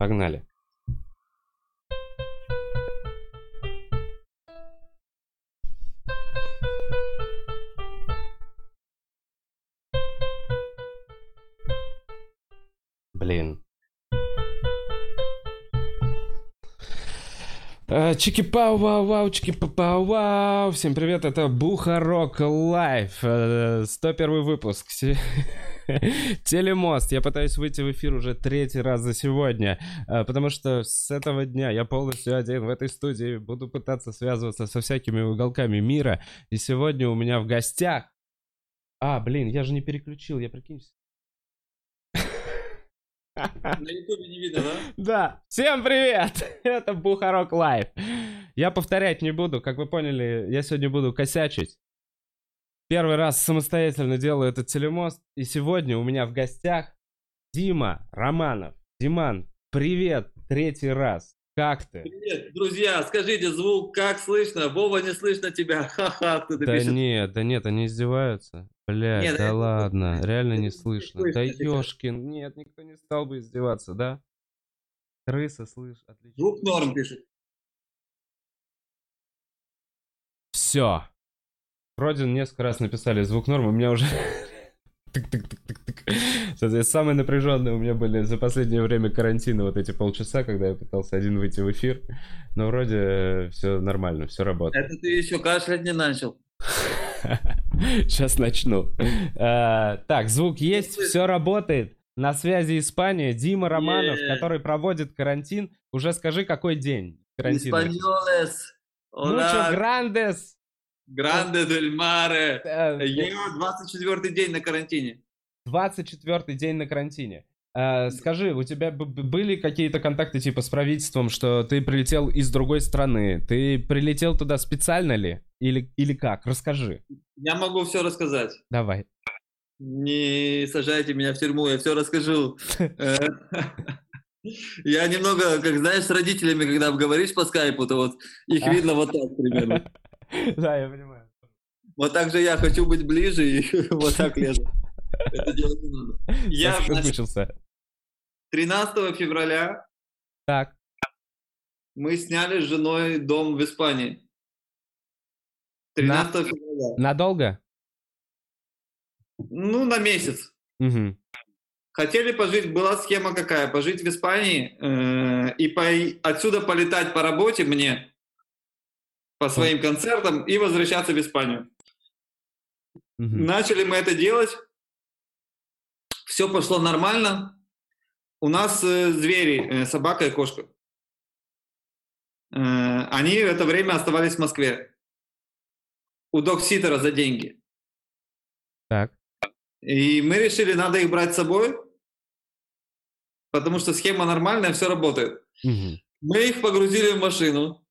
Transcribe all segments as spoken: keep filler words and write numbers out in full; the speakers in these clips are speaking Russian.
Погнали. Блин. Чики-пау-вау-вау, чики-пау-вау. Всем привет, это Бухарок Лайв. сто первый выпуск. Телемост. Я пытаюсь выйти в эфир уже третий раз за сегодня, потому что с этого дня я полностью один в этой студии. Буду пытаться связываться со всякими уголками мира. И сегодня у меня в гостях... А, блин, я же не переключил, я прикинь... На ютубе не видно, да? Да, всем привет! Это Бухарок Лайв. Я повторять не буду, как вы поняли, я сегодня буду косячить. Первый раз самостоятельно делаю этот телемост, и сегодня у меня в гостях Дима Романов. Диман, привет, третий раз. Как ты? Привет, друзья, скажите, звук как слышно? Вова, не слышно тебя. Ха-ха, кто-то Да пишет. нет, да нет, они издеваются. Блядь, Нет, да это- ладно, это- реально не это не слышно. слышно Да тебя. ёшкин, нет, никто не стал бы издеваться, да? Крыса, слышь, отлично. Звук норм пишет. Все. Вроде несколько раз написали звук нормы, у меня уже... Тык-тык-тык-тык-тык. Соответственно, самые напряженные у меня были за последнее время карантина, вот эти полчаса, когда я пытался один выйти в эфир. Но вроде все нормально, все работает. Это ты еще кашлять не начал. Сейчас начну. А, Так, звук есть, все работает. На связи Испания, Дима Романов, Е. который проводит карантин. Уже скажи, какой день карантина? Испаньолес. Мучо Ола. грандес. Гранде дель маре. Э, Я двадцать четвёртый день на карантине. двадцать четвёртый день на карантине. Э, скажи, у тебя б- б- были какие-то контакты типа с правительством, что ты прилетел из другой страны? Ты прилетел туда специально ли? Или, или как? Расскажи. Я могу все рассказать. Давай. Не сажайте меня в тюрьму, я все расскажу. Э, Я немного, как знаешь, с родителями, когда говоришь по скайпу, то вот их А. видно вот так примерно. Да, я понимаю. Вот так же я хочу быть ближе и вот так лезу. Это делать не надо. Я, Совсем значит, соскучился. тринадцатого февраля Так, мы сняли с женой дом в Испании. тринадцатого февраля. надолго? Ну, на месяц. Угу. Хотели пожить, была схема какая? Пожить в Испании э, и по- отсюда полетать по работе мне, по своим концертам и возвращаться в Испанию. Начали мы это делать. Все пошло нормально. У нас э, звери, э, собака и кошка. Э, они в это время оставались в Москве. У догситера за деньги. Так. И мы решили, надо их брать с собой, потому что схема нормальная, все работает. Мгм. Мы их погрузили в машину,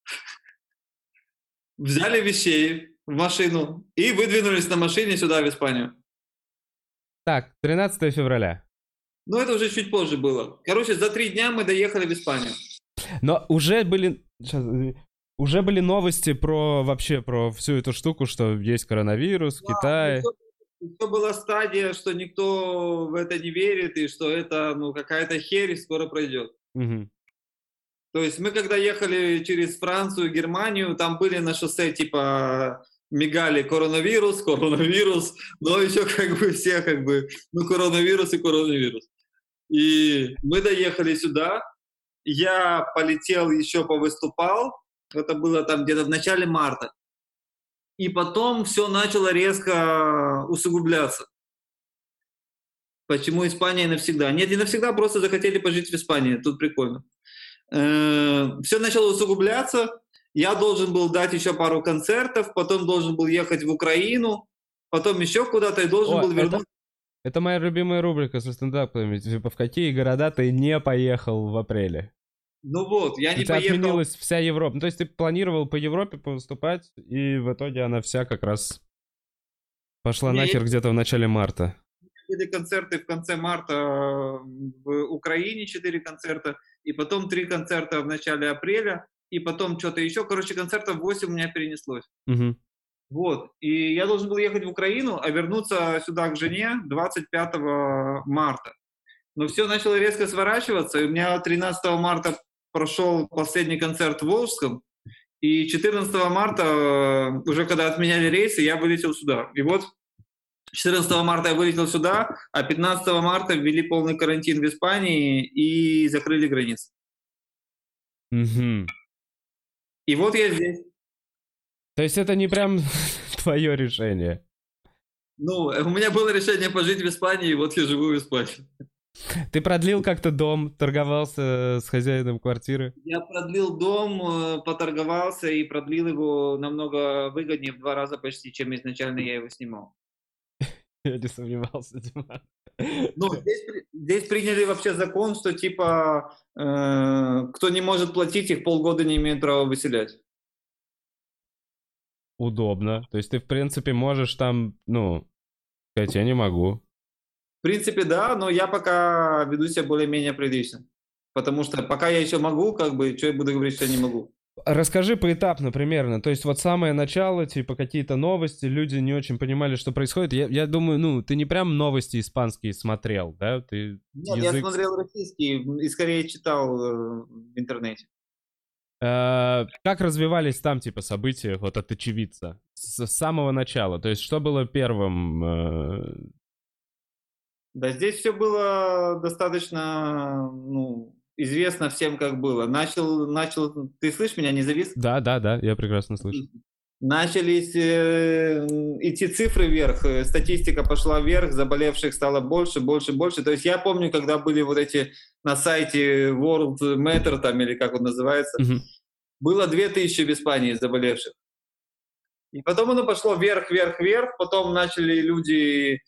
взяли вещей в машину и выдвинулись на машине сюда, в Испанию. Так, тринадцатого февраля. Но это уже чуть позже было. Короче, за три дня мы доехали в Испанию. Но уже были... щас, э, уже были новости про вообще про всю эту штуку, что есть коронавирус в Китае. Все была стадия, что никто в это не верит, и что это ну, какая-то херь скоро пройдет. Мгм. То есть мы когда ехали через Францию, Германию, там были на шоссе типа мигали коронавирус, коронавирус, но еще как бы все как бы, ну коронавирус и коронавирус. И мы доехали сюда, я полетел еще повыступал, это было там где-то в начале марта. И потом все начало резко усугубляться. Почему Испания навсегда? Нет, не навсегда, просто захотели пожить в Испании, тут прикольно. Все начало усугубляться, я должен был дать еще пару концертов, потом должен был ехать в Украину, потом еще куда-то и должен О, был это- вернуться. Это моя любимая рубрика со стендапами. Типа, в какие города ты не поехал в апреле? Ну вот, я У не тебя поехал. отменилась вся Европа. Ну, то есть ты планировал по Европе выступать, и в итоге она вся как раз пошла Не, нахер где-то в начале марта. Были концерты в конце марта в Украине, четыре концерта, и потом три концерта в начале апреля, и потом что-то еще. Короче, концертов восемь у меня перенеслось. Мгм. Вот. И я должен был ехать в Украину, а вернуться сюда к жене двадцать пятого марта. Но все начало резко сворачиваться, и у меня тринадцатого марта прошел последний концерт в Волжском, и четырнадцатого марта, э, уже когда отменяли рейсы, я вылетел сюда. И вот четырнадцатого марта я вылетел сюда, а пятнадцатого марта ввели полный карантин в Испании и закрыли границы. Мгм. И вот я здесь. То есть это не прям твое решение. Ну, у меня было решение пожить в Испании, и вот я живу в Испании. Ты продлил как-то дом, торговался с хозяином квартиры? Я продлил дом, э, поторговался и продлил его намного выгоднее, в два раза почти, чем изначально я его снимал. Я не сомневался, Дима. Ну, здесь, при- здесь приняли вообще закон, что типа э, кто не может платить, их полгода не имеет права выселять. Удобно. То есть ты, в принципе, можешь там, ну, сказать, я не могу. В принципе, да, но я пока веду себя более-менее прилично. Потому что пока я еще могу, как бы, что я буду говорить, что я не могу. Расскажи поэтапно примерно. То есть вот самое начало, типа какие-то новости, люди не очень понимали, что происходит. Я, я думаю, ну, ты не прям новости испанские смотрел, да? Ты Нет, я язык... смотрел российский и скорее читал э, в интернете. Э, как развивались там, типа, события вот от очевидца? С, с самого начала. То есть что было первым? э, Да, здесь все было достаточно, ну, известно всем, как было. Начал, начал, ты слышишь меня, не завис? Да, да, да, я прекрасно слышу. Начались э, идти цифры вверх, э, статистика пошла вверх, заболевших стало больше, больше, больше. То есть я помню, когда были вот эти на сайте World Matter, там, или как он называется, Мгм. было две тысячи в Испании заболевших. И потом оно пошло вверх, вверх, вверх, потом начали люди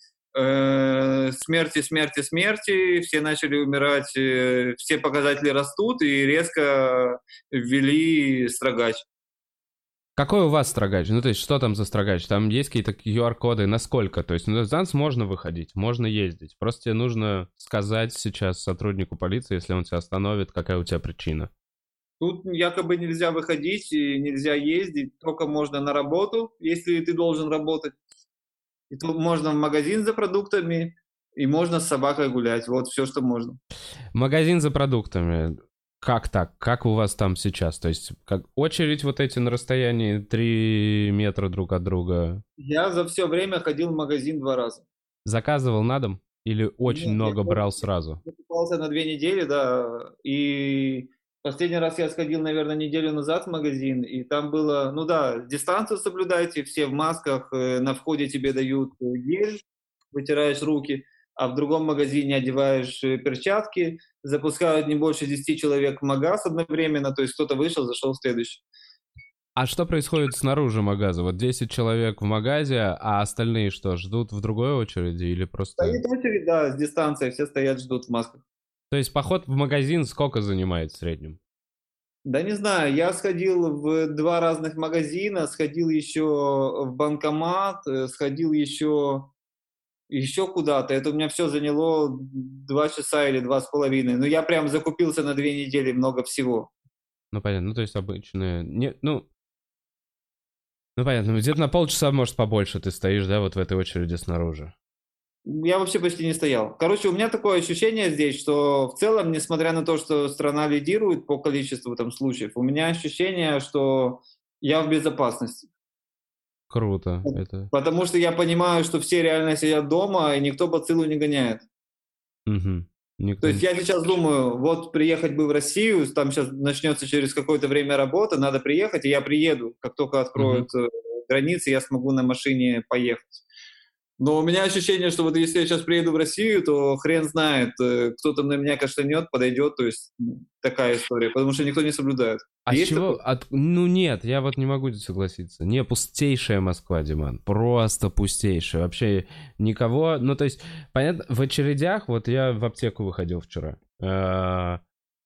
э, смерти, смерти, смерти, все начали умирать, э, все показатели растут, и резко ввели строгач. Какой у вас строгач? Ну, то есть, что там за строгач? Там есть какие-то ку ар-коды? Насколько? То есть, ну, на Занс можно выходить, можно ездить. Просто тебе нужно сказать сейчас сотруднику полиции, если он тебя остановит, какая у тебя причина. Тут якобы нельзя выходить, и нельзя ездить, только можно на работу, если ты должен работать. И тут можно в магазин за продуктами, и можно с собакой гулять. Вот все, что можно. Магазин за продуктами. Как так? Как у вас там сейчас? То есть, как очередь вот эти на расстоянии три метра друг от друга Я за все время ходил в магазин два раза. заказывал на дом? Или очень Нет, я много брал сразу? покупался на две недели, да, и последний раз я сходил, наверное, неделю назад в магазин, и там было, ну да, дистанцию соблюдайте, все в масках, э, на входе тебе дают э, гель, вытираешь руки, а в другом магазине одеваешь э, перчатки, запускают не больше десяти человек в магаз одновременно, то есть кто-то вышел, зашел в следующий. А что происходит снаружи магаза? Вот десять человек в магазе, а остальные что, ждут в другой очереди или просто... Стоит очередь, да, с дистанцией, все стоят, ждут в масках. То есть поход в магазин сколько занимает в среднем? Да не знаю, я сходил в два разных магазина, сходил еще в банкомат, э, сходил еще, еще куда-то. Это у меня все заняло два часа или два с половиной. Но я прям закупился на две недели много всего. Ну, понятно, ну, то есть обычные... Не, ну, ну, понятно, где-то на полчаса, может, побольше ты стоишь, да, вот в этой очереди снаружи. Я вообще почти не стоял. Короче, у меня такое ощущение здесь, что в целом, несмотря на то, что страна лидирует по количеству там случаев, у меня ощущение, что я в безопасности. Круто, это... Потому что я понимаю, что все реально сидят дома, и никто бациллу не гоняет. Угу. То Никто есть не... я сейчас думаю, вот приехать бы в Россию, там сейчас начнется через какое-то время работа, надо приехать, и я приеду. Как только Мгм. откроют э, границы, я смогу на машине поехать. Но у меня ощущение, что вот если я сейчас приеду в Россию, то хрен знает, э, кто там на меня кашлянет, подойдет, то есть м, такая история, потому что никто не соблюдает. А с Есть чего? такое? От... Ну нет, я вот не могу здесь согласиться. Не, пустейшая Москва, Диман. Просто пустейшая. Вообще никого... Ну то есть, понятно, в очередях, вот я в аптеку выходил вчера. Э,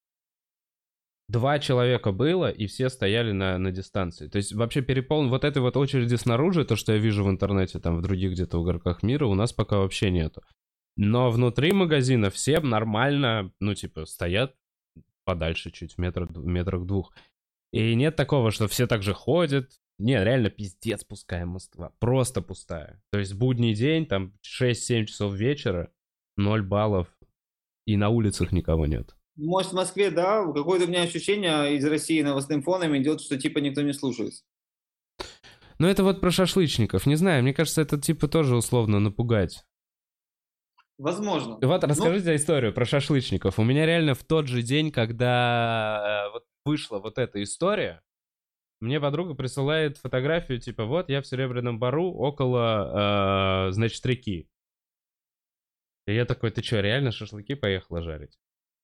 Два человека было, и все стояли на, на дистанции. То есть вообще переполнен... Вот этой вот очереди снаружи, то, что я вижу в интернете, там, в других где-то уголках мира, у нас пока вообще нету. Но внутри магазина все нормально, ну, типа, стоят подальше чуть, в метрах, в метрах двух. И нет такого, что все так же ходят. Не, реально пиздец пустая Москва. Просто пустая. То есть будний день, там шесть-семь часов вечера, ноль баллов. и на улицах никого нет. Может, в Москве, да, какое-то у меня ощущение из России новостным фоном идет, что типа никто не слушается. Ну, это вот про шашлычников. Не знаю, мне кажется, это типа тоже условно напугать. Возможно. Вот расскажите Ну, историю про шашлычников. У меня реально в тот же день, когда э, вот вышла вот эта история, мне подруга присылает фотографию, типа, вот я в Серебряном Бару около, э, значит, реки. И я такой, ты что, реально шашлыки поехала жарить?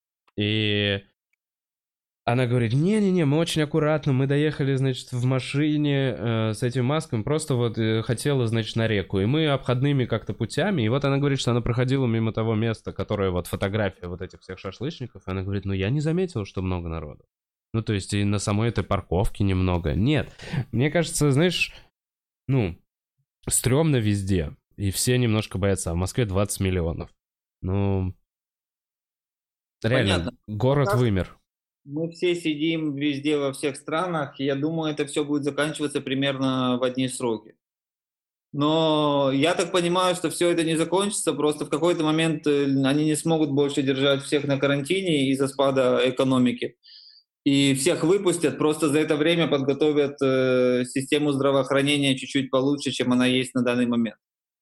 И она говорит, не-не-не, мы очень аккуратно, мы доехали, значит, в машине э, с этим маском, просто вот э, хотела, значит, на реку. И мы обходными как-то путями, и вот она говорит, что она проходила мимо того места, которое вот фотография вот этих всех шашлычников, и она говорит, ну я не заметила, что много народу. Ну, то есть и на самой этой парковке немного. Нет, мне кажется, знаешь, ну, стрёмно везде, и все немножко боятся, а в Москве двадцать миллионов. Ну, реально, понятно. город Пока вымер. мы все сидим везде во всех странах, и я думаю, это все будет заканчиваться примерно в одни сроки. Но я так понимаю, что все это не закончится, просто в какой-то момент э, они не смогут больше держать всех на карантине из-за спада экономики. И всех выпустят, просто за это время подготовят э, систему здравоохранения чуть-чуть получше, чем она есть на данный момент.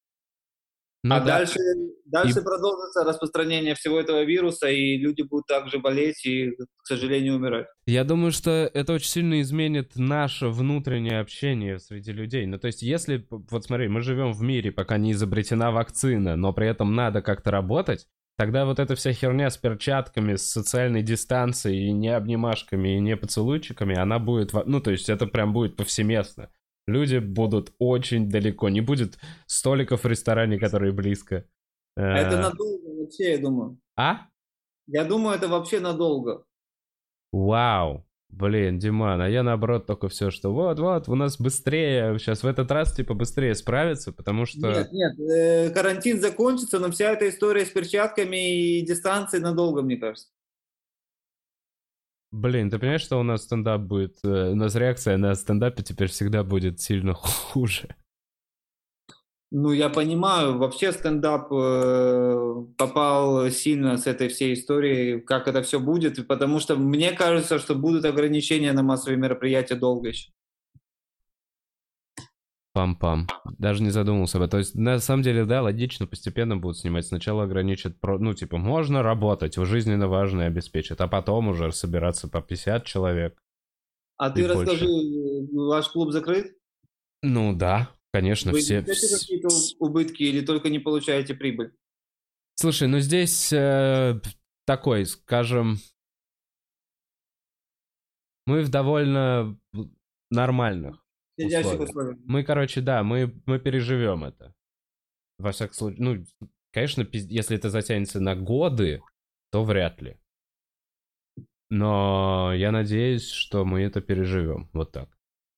Ну А да, дальше, и дальше продолжится распространение всего этого вируса, и люди будут также болеть и, к сожалению, умирать. я думаю, что это очень сильно изменит наше внутреннее общение среди людей. Ну, то есть, если, вот смотри, мы живем в мире, пока не изобретена вакцина, но при этом надо как-то работать, тогда вот эта вся херня с перчатками, с социальной дистанцией, и не обнимашками, и не поцелуйчиками, она будет, во- ну, то есть, это прям будет повсеместно. Люди будут очень далеко, не будет столиков в ресторане, которые близко. Это Э, надолго вообще, я думаю. А? Я думаю, это вообще надолго. Вау. Блин, Диман, а я наоборот только все, что вот-вот, у нас быстрее, сейчас в этот раз типа быстрее справиться, потому что, Нет, нет, э, карантин закончится, но вся эта история с перчатками и дистанцией надолго, мне кажется. блин, ты понимаешь, что у нас стендап будет, э, у нас реакция на стендапе теперь всегда будет сильно хуже. Ну, я понимаю, вообще стендап э, попал сильно с этой всей историей, как это все будет, и потому что мне кажется, что будут ограничения на массовые мероприятия долго еще. Пам-пам. Даже не задумывался об этом. То есть, на самом деле, да, логично, постепенно будут снимать. Сначала ограничат, про- ну, типа, можно работать, жизненно важное обеспечат, а потом уже собираться по пятьдесят человек А и ты расскажи, больше. э, ваш клуб закрыт? Ну да, конечно, Вы все... несете вс- какие-то убытки или только не получаете прибыль? Слушай, ну здесь э, такой, скажем, мы в довольно нормальных Сидящих условиях. условиях. Мы, короче, да, мы, мы переживем это. Во всяком случае, ну, конечно, пиз- если это затянется на годы, то вряд ли. Но я надеюсь, что мы это переживем. Вот так.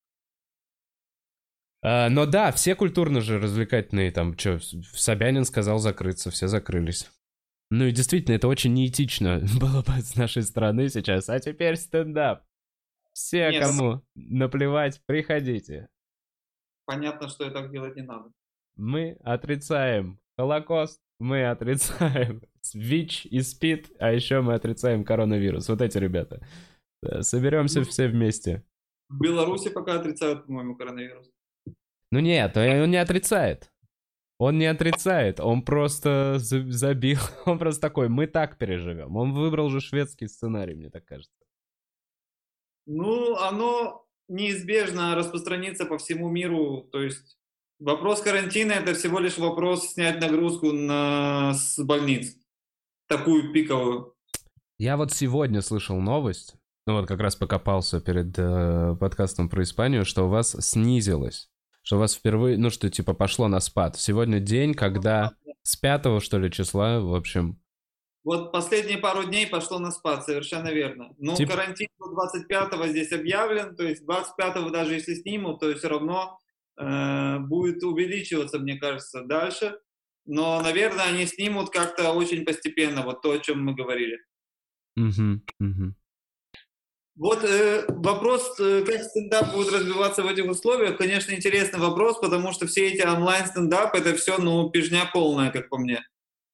А, но да, все культурно же развлекательные, там, что, Собянин сказал закрыться, все закрылись. Ну и действительно, это очень неэтично было бы с нашей стороны сейчас. А теперь стендап. Все, Нет, кому наплевать, приходите. понятно, что так делать не надо. Мы отрицаем Холокост, мы отрицаем ВИЧ и СПИД, а еще мы отрицаем коронавирус. Вот эти ребята. Да, соберемся Ну, все вместе. в Беларуси пока отрицают, по-моему, коронавирус. Ну нет, он не отрицает. Он не отрицает, он просто за- забил. Он просто такой, мы так переживем. Он выбрал же шведский сценарий, мне так кажется. Ну, оно неизбежно распространится по всему миру. То есть вопрос карантина — это всего лишь вопрос снять нагрузку на, с больниц. Такую пиковую. Я вот сегодня слышал новость, ну вот как раз покопался перед э, подкастом про Испанию, что у вас снизилось. Что у вас впервые, ну что типа пошло на спад. Сегодня день, когда с пятого что ли числа, в общем... Вот последние пару дней пошло на спад, совершенно верно. Ну, Тип- карантин двадцать пятого здесь объявлен, то есть двадцать пятого даже если снимут, то все равно э, будет увеличиваться, мне кажется, дальше. Но, наверное, они снимут как-то очень постепенно, вот то, о чем мы говорили. Мгм, мгм. Вот э, вопрос, э, как стендап будет развиваться в этих условиях, конечно, интересный вопрос, потому что все эти онлайн-стендапы, это все, ну, пижня полная, как по мне.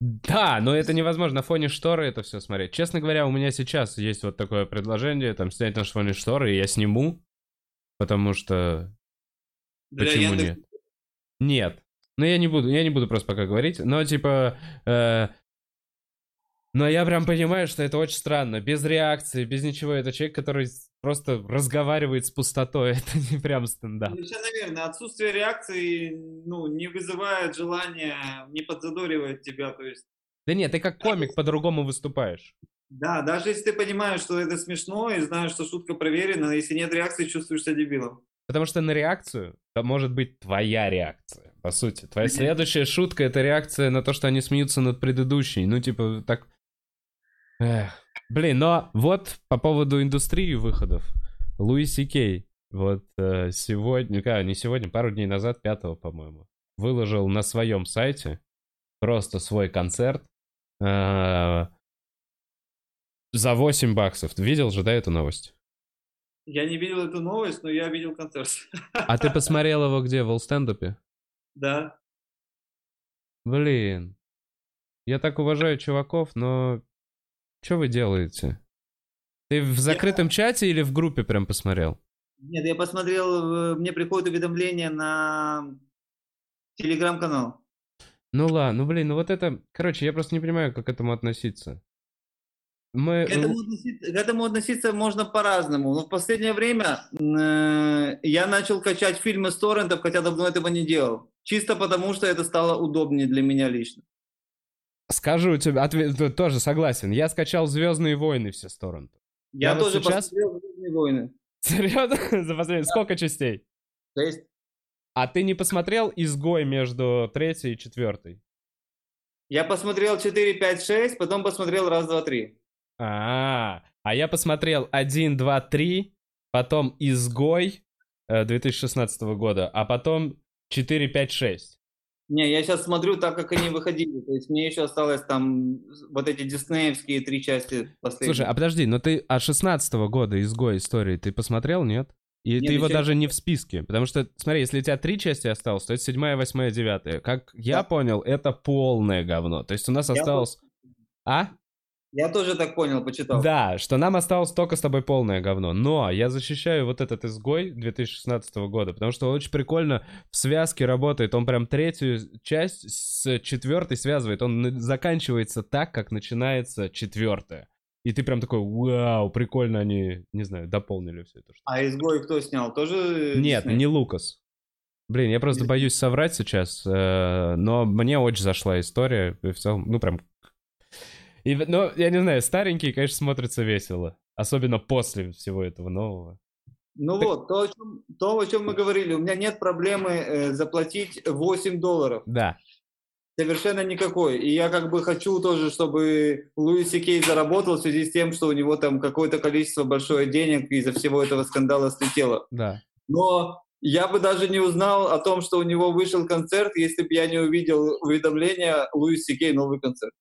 Да, но это невозможно на фоне шторы это все смотреть. Честно говоря, у меня сейчас есть вот такое предложение, там, снять на фоне шторы, и я сниму, потому что... Для Почему Яндекс. нет? Нет. Ну, я не буду, я не буду просто пока говорить, но, типа... Э... Но я прям понимаю, что это очень странно. Без реакции, без ничего. Это человек, который просто разговаривает с пустотой. Это не прям стендап. Совершенно верно. Отсутствие реакции, ну, не вызывает желания, не подзадоривает тебя. То есть, Да нет, ты как комик по-другому выступаешь. да, даже если ты понимаешь, что это смешно, и знаешь, что шутка проверена, если нет реакции, чувствуешь себя дебилом. Потому что на реакцию это может быть твоя реакция, по сути. Твоя Конечно. следующая шутка — это реакция на то, что они смеются над предыдущей. Ну, типа, так... Эх. Блин, но вот по поводу индустрии выходов. Луи Си Кей вот э, сегодня, как, не сегодня, пару дней назад, пятого, по-моему, выложил на своем сайте просто свой концерт э, за восемь баксов. Ты видел же, да, эту новость? Я не видел эту новость, но я видел концерт. А ты посмотрел его где, в олл-стендапе? Да. Блин. Я так уважаю чуваков, но... Что вы делаете? Ты в закрытом Я... чате или в группе прям посмотрел? Нет, я посмотрел, мне приходит уведомление на телеграм-канал. Ну ладно, ну блин, ну вот это... Короче, я просто не понимаю, как к этому относиться. Мы... К этому, относиться, к этому относиться можно по-разному. Но в последнее время э, я начал качать фильмы с торрентов, хотя давно этого не делал. Чисто потому, что это стало удобнее для меня лично. Скажу тебе, ответ, тоже согласен. Я скачал «Звездные войны» все с торрента. Я, Я тоже вот сейчас... посмотрел «Звездные войны». Серьезно? За последние... Сколько частей? Шесть. А ты не посмотрел «Изгой» между третьей и четвертой? Я посмотрел четыре, пять, шесть, потом посмотрел раз, два, три. А, а я посмотрел один, два, три, потом «Изгой» две тысячи шестнадцатого года, а потом четыре, пять, шесть. Не, я сейчас смотрю так, как они выходили. То есть мне еще осталось там вот эти диснеевские три части последние. Слушай, а подожди, но ты от шестнадцатого года «Изгой» истории ты посмотрел, нет? И Нет, ты его еще даже не... не в списке. Потому что, смотри, если у тебя три части осталось, то это седьмая, восьмая, девятая. Как я Да. понял, это полное говно. То есть у нас Я осталось... тоже... А? Я тоже так понял, почитал. Да, что нам осталось только с тобой полное говно. Но я защищаю вот этот «Изгой» две тысячи шестнадцатого года, потому что он очень прикольно в связке работает. Он прям третью часть с четвертой связывает. Он заканчивается так, как начинается четвертая. И ты прям такой, вау, прикольно они, не знаю, дополнили все это. А «Изгой» кто снял? Тоже Нет, Disney? не Лукас. Блин, я просто боюсь соврать сейчас, но мне очень зашла история. И в целом, ну прям... И, ну, я не знаю, старенькие, конечно, смотрятся весело. Особенно после всего этого нового. Ну Так... вот, то о, чем, то, о чем мы говорили. У меня нет проблемы э, заплатить восемь долларов. Да. Совершенно никакой. И я как бы хочу тоже, чтобы Луи Си Кей заработал в связи с тем, что у него там какое-то количество большое денег из-за всего этого скандала слетело. Да. Но я бы даже не узнал о том, что у него вышел концерт, если бы я не увидел уведомление Луи Си Кей новый концерт.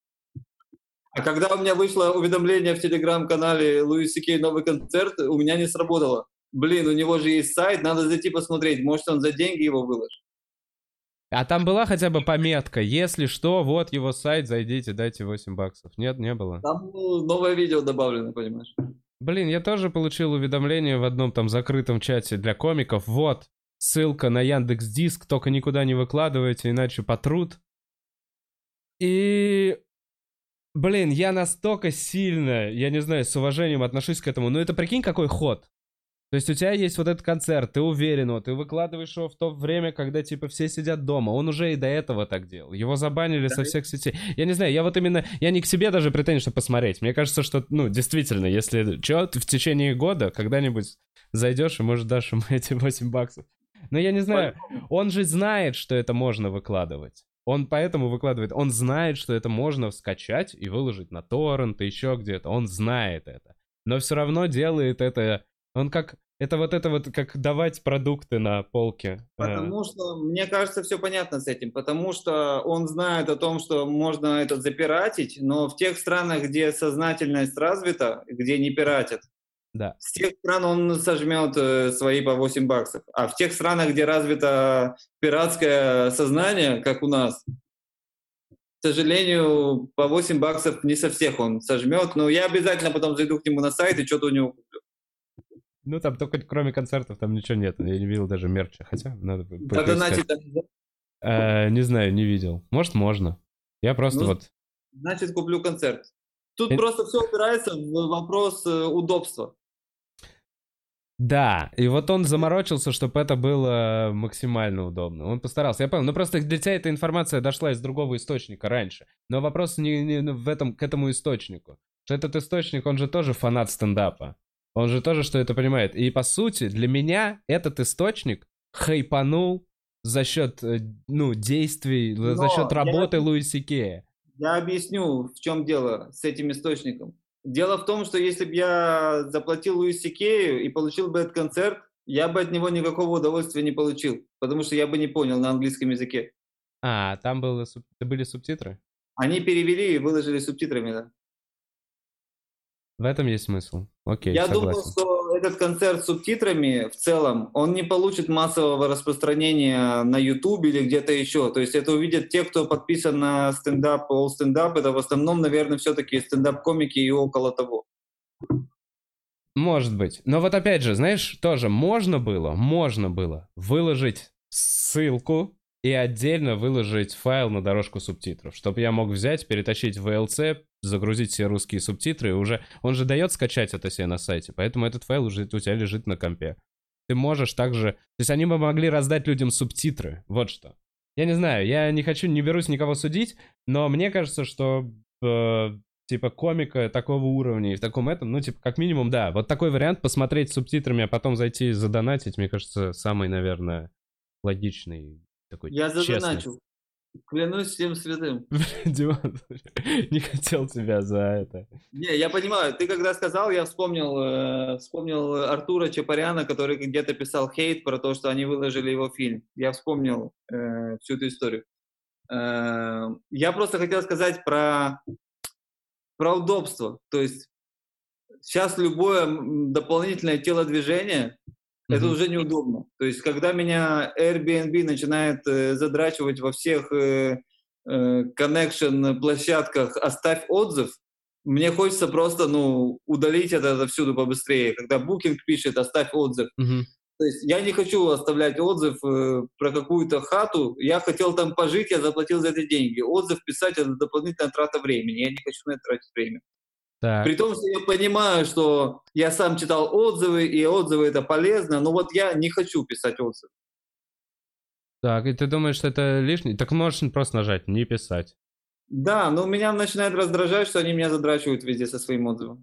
А когда у меня вышло уведомление в телеграм-канале Луи Си Кей новый концерт, у меня не сработало. Блин, у него же есть сайт, надо зайти посмотреть, может он за деньги его выложит. А там была хотя бы пометка, если что, вот его сайт, зайдите, дайте восемь баксов. Нет, не было. Там ну, новое видео добавлено, понимаешь. Блин, я тоже получил уведомление в одном там закрытом чате для комиков. Вот, ссылка на Яндекс.Диск, только никуда не выкладывайте, иначе потрут. И... Блин, я настолько сильно, я не знаю, с уважением отношусь к этому. Но это прикинь, какой ход. То есть у тебя есть вот этот концерт, ты уверен, вот, ты выкладываешь его в то время, когда, типа, все сидят дома. Он уже и до этого так делал. Его забанили да. со всех сетей. Я не знаю, я вот именно, я не к себе даже претензий, чтобы посмотреть. Мне кажется, что, ну, действительно, если что, ты в течение года когда-нибудь зайдешь и, может, дашь ему эти восемь баксов. Но я не знаю, он же знает, что это можно выкладывать. Он поэтому выкладывает, он знает, что это можно скачать и выложить на торрент, и еще где-то. Он знает это. Но все равно делает это... Он как... Это вот это вот как давать продукты на полке. Потому что, мне кажется, все понятно с этим. Потому что он знает о том, что можно это запиратить, но в тех странах, где сознательность развита, где не пиратят, да. с тех стран он сожмет свои по восемь баксов. А в тех странах, где развито пиратское сознание, как у нас, К сожалению, по восемь баксов не со всех он сожмет, но я обязательно потом зайду к нему на сайт и что-то у него куплю. Ну, там только кроме концертов там ничего нет. Я не видел даже мерча, хотя надо бы Да, донатить там нельзя. Э, не знаю, не видел. Может, можно. Я просто Ну, вот... Значит, куплю концерт. Тут Э, просто все упирается в вопрос э, удобства. Да, и вот он заморочился, чтобы это было максимально удобно. Он постарался, я понял. Ну просто для тебя эта информация дошла из другого источника раньше. Но вопрос не, не в этом, к этому источнику. Что этот источник, он же тоже фанат стендапа. Он же тоже что это понимает. И по сути, для меня этот источник хайпанул за счет, э, ну, действий, за Но счет работы я, Луиси Кея. я объясню, в чем дело с этим источником. Дело в том, что если бы я заплатил Луиси Кею и получил бы этот концерт, я бы от него никакого удовольствия не получил, потому что я бы не понял на английском языке. А, там было, суб- были субтитры? Они перевели и выложили субтитрами, да. В этом есть смысл. Окей, Я согласен. думал, что этот концерт с субтитрами в целом, он не получит массового распространения на YouTube или где-то еще. То есть это увидят те, кто подписан на стендап, All Stand Up. Это в основном, наверное, все-таки стендап-комики и около того. Может быть. Но вот опять же, знаешь, тоже можно было, можно было выложить ссылку и отдельно выложить файл на дорожку субтитров, чтобы я мог взять, перетащить в ви эл си, загрузить все русские субтитры, и уже... Он же дает скачать это себе на сайте, поэтому этот файл уже у тебя лежит на компе. Ты можешь также... То есть они бы могли раздать людям субтитры, вот что. Я не знаю, я не хочу, не берусь никого судить, но мне кажется, что... Э, типа комика такого уровня и в таком этом, ну, типа, как минимум, да. Вот такой вариант, посмотреть с субтитрами, а потом зайти и задонатить, мне кажется, самый, наверное, логичный, такой Я честный. задоначу. Клянусь всем святым. Диман, не хотел тебя за это. Не, я понимаю, ты когда сказал, я вспомнил, э, вспомнил Артура Чапаряна, который где-то писал хейт про то, что они выложили его фильм. Я вспомнил э, всю эту историю. Э, я просто хотел сказать про, про удобство. То есть сейчас любое м, дополнительное телодвижение, это Мгм. уже неудобно. То есть когда меня Airbnb начинает э, задрачивать во всех э, э, connection-площадках «оставь отзыв», мне хочется просто, ну, удалить это отовсюду побыстрее. Когда Booking пишет «оставь отзыв». Мгм. То есть я не хочу оставлять отзыв э, про какую-то хату. Я хотел там пожить, я заплатил за это деньги. Отзыв писать — это дополнительная трата времени. Я не хочу на это тратить время. При Так, том, что я понимаю, что я сам читал отзывы, и отзывы это полезно, но вот я не хочу писать отзывы. так, и ты думаешь, что это лишний? Так можешь просто нажать «не писать». Да, но меня начинает раздражать, что они меня задрачивают везде со своим отзывом.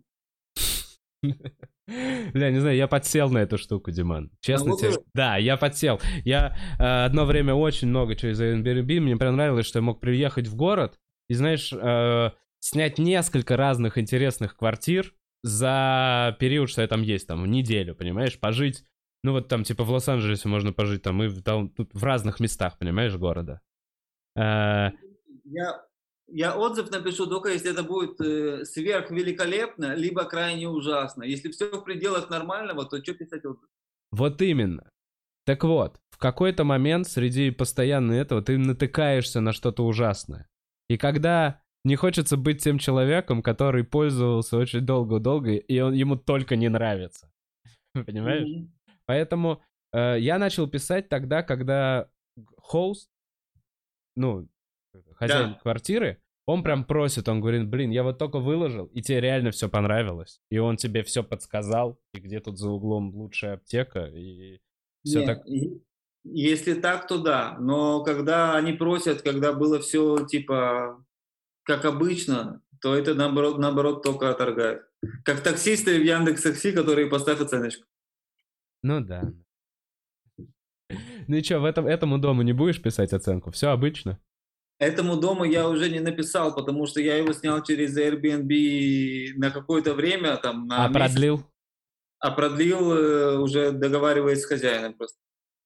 Бля, не знаю, я подсел на эту штуку, Диман. Честно Ну, тебе. вот, Да, я подсел. Я э, одно время очень много через Airbnb. Мне понравилось, что я мог приехать в город и, знаешь, э, снять несколько разных интересных квартир за период, что я там есть, там, неделю, понимаешь, пожить. Ну вот там, типа, в Лос-Анджелесе можно пожить там и в, там, тут в разных местах, понимаешь, города. Э, я, я отзыв напишу только если это будет э, сверхвеликолепно, либо крайне ужасно. Если все в пределах нормального, то что писать отзыв? вот именно. Так вот, в какой-то момент среди постоянно этого ты натыкаешься на что-то ужасное. И когда не хочется быть тем человеком, который пользовался очень долго-долго, и он ему только не нравится. Понимаешь? Мгм. Поэтому э, я начал писать тогда, когда хост, ну, хозяин Да. квартиры, он прям просит, он говорит, блин, я вот только выложил, и тебе реально все понравилось. И он тебе все подсказал, и где тут за углом лучшая аптека, и все Не, так. и- если так, то да. Но когда они просят, когда было все типа как обычно, то это наоборот, наоборот только отторгает. Как таксисты в Яндекс.Такси, которые поставь оценочку. Ну да. Ну и что, в этом, этому дому не будешь писать оценку? Все обычно? Этому дому я уже не написал, потому что я его снял через Airbnb на какое-то время, там, на А месяц, продлил? а продлил, э, уже договариваясь с хозяином просто.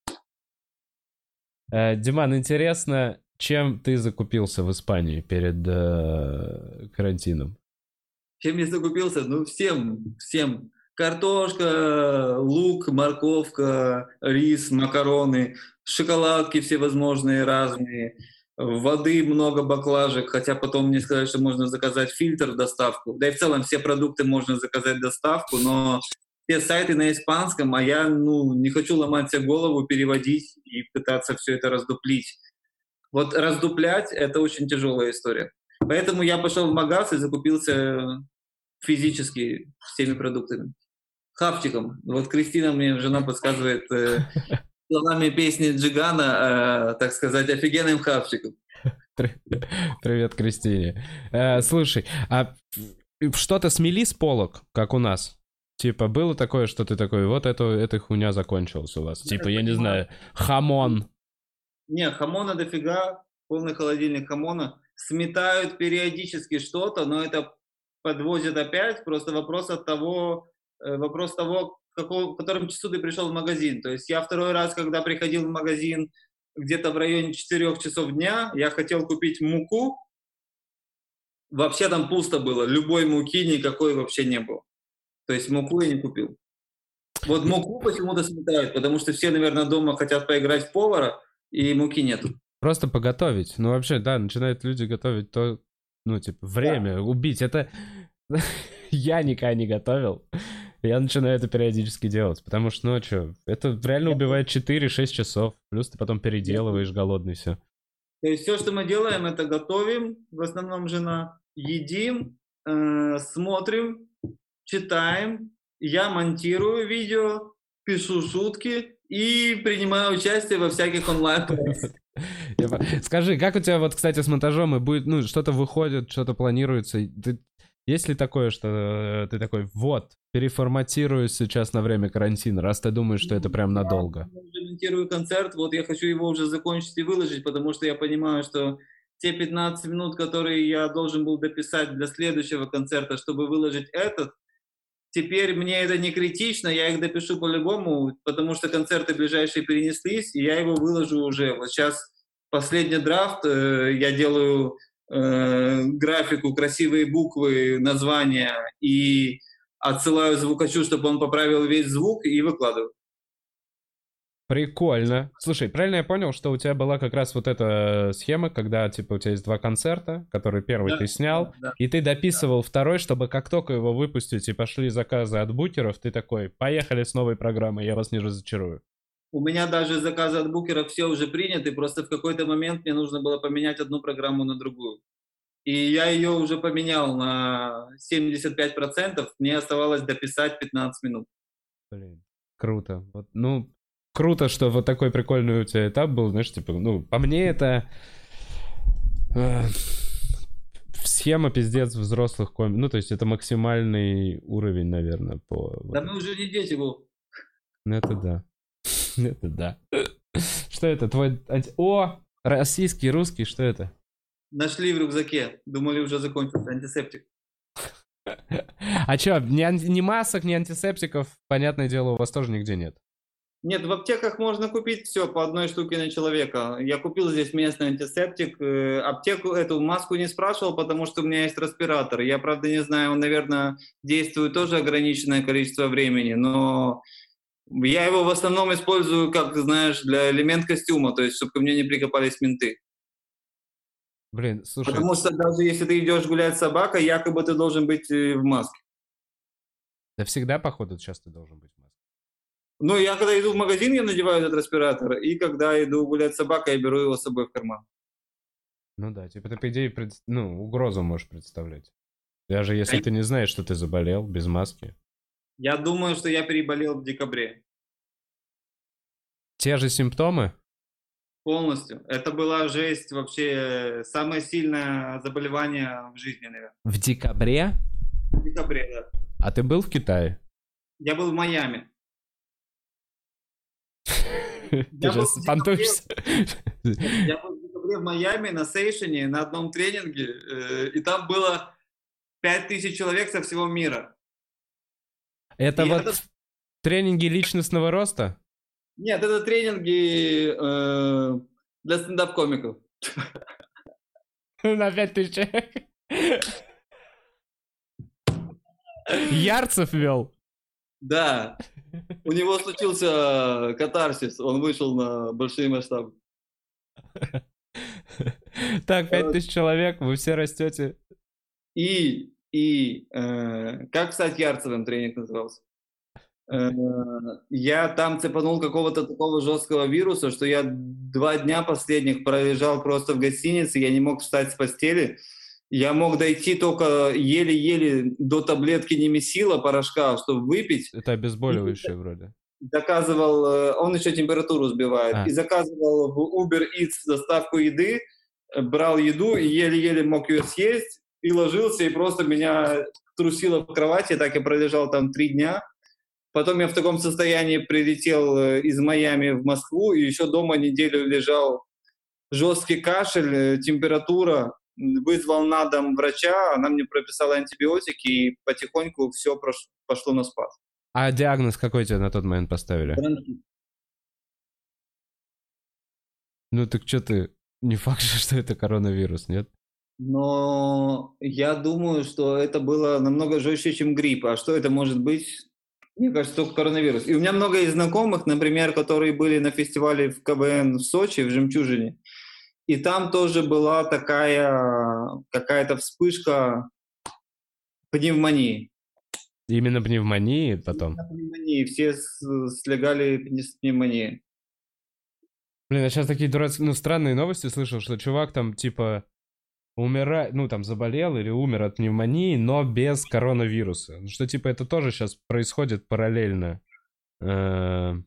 Э, Диман, интересно, чем ты закупился в Испании перед э, карантином? Чем я закупился? Ну, всем, всем. Картошка, лук, морковка, рис, макароны, шоколадки всевозможные разные, воды много баклажек, хотя потом мне сказали, что можно заказать фильтр в доставку. Да и в целом все продукты можно заказать в доставку, но все сайты на испанском, а я ну, не хочу ломать себе голову, переводить и пытаться все это раздуплить. Вот раздуплять — это очень тяжелая история. Поэтому я пошел в магаз и закупился физически всеми продуктами. Хавчиком. Вот Кристина, мне жена, подсказывает э, словами песни Джигана, э, так сказать, офигенным хавчиком. Привет, Кристине. Э, слушай, а что-то смели с полок, как у нас? Типа, было такое, что ты такой, вот это, эта хуйня закончилась у вас. Типа, я не знаю, хамон. Не, хамона дофига, полный холодильник хамона. Сметают периодически что-то, но это подвозят опять. Просто вопрос от того, вопрос того, в, каком, в котором часу ты пришел в магазин. То есть я второй раз, когда приходил в магазин где-то в районе четырёх часов дня, я хотел купить муку. Вообще там пусто было, любой муки никакой вообще не было. То есть муку я не купил. Вот муку почему-то сметают, потому что все, наверное, дома хотят поиграть в повара, и муки нету. Просто поготовить. Ну, вообще, да, начинают люди готовить то, ну, типа, время, да. Убить. Это... Я никогда не готовил. Я начинаю это периодически делать, потому что, ну, что, это реально убивает четыре-шесть часов. Плюс ты потом переделываешь голодный все. То есть все, что мы делаем, это готовим, в основном жена, едим, э, смотрим, читаем, я монтирую видео, пишу шутки и принимаю участие во всяких онлайн-проектах. Скажи, как у тебя вот, кстати, с монтажом и будет, ну, что-то выходит, что-то планируется? Ты, есть ли такое, что ты такой, вот, переформатирую сейчас на время карантина, раз ты думаешь, что это прям надолго? Я уже монтирую концерт, вот я хочу его уже закончить и выложить, потому что я понимаю, что те пятнадцать минут, которые я должен был дописать для следующего концерта, чтобы выложить этот, теперь мне это не критично, я их допишу по-любому, потому что концерты ближайшие перенеслись, и я его выложу уже. Вот сейчас последний драфт, э, я делаю э, графику, красивые буквы, названия, и отсылаю звукачу, чтобы он поправил весь звук, и выкладываю. Прикольно. Слушай, правильно я понял, что у тебя была как раз вот эта схема, когда, типа, у тебя есть два концерта, который первый да, ты снял, да, да. И ты дописывал да. второй, чтобы как только его выпустить и пошли заказы от букеров, ты такой, поехали с новой программой, я вас не разочарую. У меня даже заказы от букеров все уже приняты, просто в какой-то момент мне нужно было поменять одну программу на другую. И я ее уже поменял на семьдесят пять процентов, мне оставалось дописать пятнадцать минут. Блин, круто. Вот, ну... Круто, что вот такой прикольный у тебя этап был, знаешь, типа, ну, по мне это э, схема пиздец взрослых комиков, ну, то есть это максимальный уровень, наверное, по... Да мы уже не дети, Вов. Ну, это да. Это да. Что это, твой... О, российский, русский, что это? Нашли в рюкзаке, думали уже закончился антисептик. А чё, ни, ни масок, ни антисептиков, понятное дело, у вас тоже нигде нет? Нет, в аптеках можно купить все по одной штуке на человека. Я купил здесь местный антисептик. Аптеку, эту маску не спрашивал, потому что у меня есть респиратор. Я, правда, не знаю, он, наверное, действует тоже ограниченное количество времени, но я его в основном использую, как, знаешь, для элемент костюма, то есть, чтобы ко мне не прикопались менты. Блин, слушай... Потому что даже если ты идешь гулять с собакой, якобы ты должен быть в маске. Да всегда, походу, сейчас ты должен быть в маске. Ну, я когда иду в магазин, я надеваю этот респиратор, и когда иду гулять с собакой, я беру его с собой в карман. Ну да, типа ты, по идее, пред... ну, угрозу можешь представлять. Даже если а ты не знаешь, что ты заболел без маски. Я думаю, что я переболел в декабре. Те же симптомы? Полностью. Это была жесть вообще, самое сильное заболевание в жизни, наверное. В декабре? В декабре, да. А ты был в Китае? Я был в Майами. Ты же понтуешься. Я был в декабре в Майами на сейшене, на одном тренинге, и там было пять тысяч человек со всего мира. Это и вот это... тренинги личностного роста? Нет, это тренинги э, для стендап-комиков. На пять тысяч человек? Ярцев вел? Да. У него случился катарсис, он вышел на большие масштабы. Так, пять тысяч человек, вы все растете. И, и э, как стать Ярцевым тренинг назывался? Э, я там цепанул какого-то такого жесткого вируса, что я два дня последних пролежал просто в гостинице, я не мог встать с постели. Я мог дойти только еле-еле до таблетки Немесила, порошка, чтобы выпить. Это обезболивающее вроде. Заказывал, он еще температуру сбивает, А. и заказывал в Uber Eats доставку еды, брал еду и еле-еле мог ее съесть, и ложился, и просто меня трусило в кровати, так я пролежал там три дня. Потом я в таком состоянии прилетел из Майами в Москву, и еще дома неделю лежал. Жесткий кашель, температура, вызвал на дом врача, она мне прописала антибиотики, и потихоньку все пошло на спад. А диагноз какой тебе на тот момент поставили? Бронхит. Ну так что ты, не факт же, что это коронавирус, нет? Но я думаю, что это было намного жестче, чем грипп. А что это может быть? Мне кажется, только коронавирус. И у меня много есть знакомых, например, которые были на фестивале в КВН в Сочи, в «Жемчужине». И там тоже была такая какая-то вспышка пневмонии. Именно пневмонии потом? Именно пневмонии. Все слегали с пневмонией. Блин, я сейчас такие дурацкие, ну, странные новости слышал, что чувак там, типа, умирает, ну, там, заболел или умер от пневмонии, но без коронавируса. Что, типа, это тоже сейчас происходит параллельно. Бля,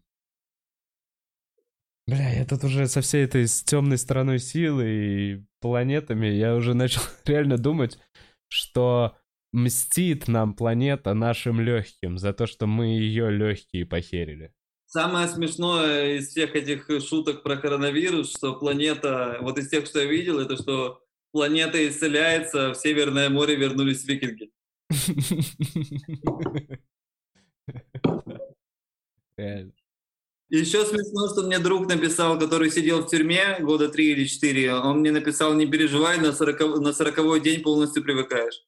я тут уже со всей этой с темной стороной силы и планетами, я уже начал реально думать, что мстит нам планета нашим легким за то, что мы ее легкие похерили. Самое смешное из всех этих шуток про коронавирус, что планета, вот из тех, что я видел, это что планета исцеляется, в Северное море вернулись викинги. Реально. Еще смешно, что мне друг написал, который сидел в тюрьме года три или четыре, он мне написал: не переживай, на сороковой день полностью привыкаешь.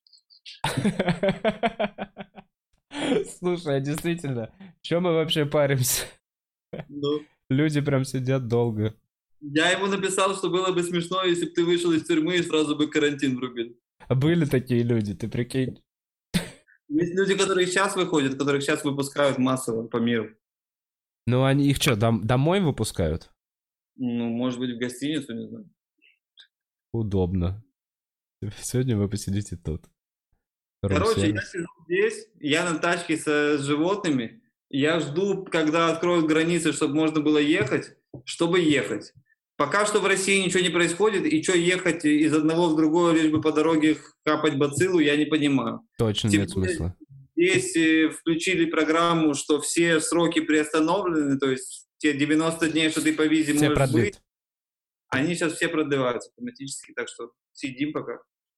Слушай, а действительно, что мы вообще паримся? Ну, люди прям сидят долго. Я ему написал, что было бы смешно, если бы ты вышел из тюрьмы и сразу бы карантин врубили. А были такие люди, ты прикинь? Есть люди, которые сейчас выходят, которых сейчас выпускают массово по миру. Ну, они их что, дом- домой выпускают? Ну, может быть, в гостиницу, не знаю. Удобно. Сегодня вы посидите тут. Короче, я сижу здесь, я на тачке с, с животными, я жду, когда откроют границы, чтобы можно было ехать, чтобы ехать. Пока что в России ничего не происходит, и что ехать из одного в другое, лишь бы по дороге капать бациллу, я не понимаю. Точно Тем нет более, смысла. здесь э, включили программу, что все сроки приостановлены, то есть те девяносто дней, что ты по визе Все можешь продлит. быть, они сейчас все продлеваются автоматически, так что сидим пока.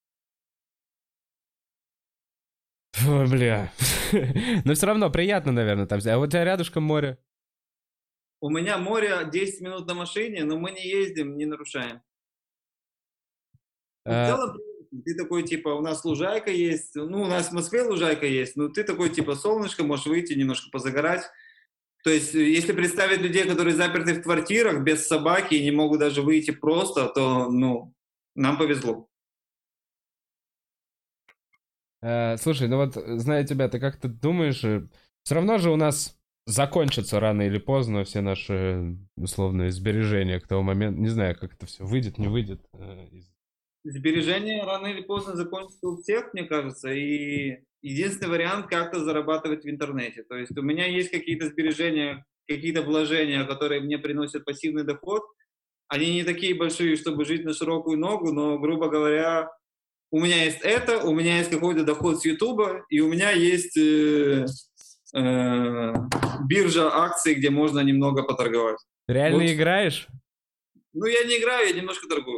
Ой, бля. Но все равно приятно, наверное, там. А вот у тебя рядышком море. У меня море десять минут на машине, но мы не ездим, не нарушаем. Ну, в А, целом, ты такой, типа, у нас лужайка есть, ну, у нас в Москве лужайка есть, но ты такой, типа, солнышко, можешь выйти немножко позагорать. То есть, если представить людей, которые заперты в квартирах без собаки и не могут даже выйти просто, то, ну, нам повезло. а, слушай, ну вот, зная тебя, ты как-то думаешь, все равно же у нас закончатся рано или поздно все наши условные сбережения к тому моменту. Не знаю, как это все выйдет, не выйдет. э, из- Сбережения рано или поздно закончатся у всех, мне кажется, и единственный вариант как-то зарабатывать в интернете. То есть у меня есть какие-то сбережения, какие-то вложения, которые мне приносят пассивный доход. Они не такие большие, чтобы жить на широкую ногу, но, грубо говоря, у меня есть это, у меня есть какой-то доход с Ютуба, и у меня есть э, э, биржа акций, где можно немного поторговать. Реально Вот. играешь? Ну, я не играю, я немножко торгую.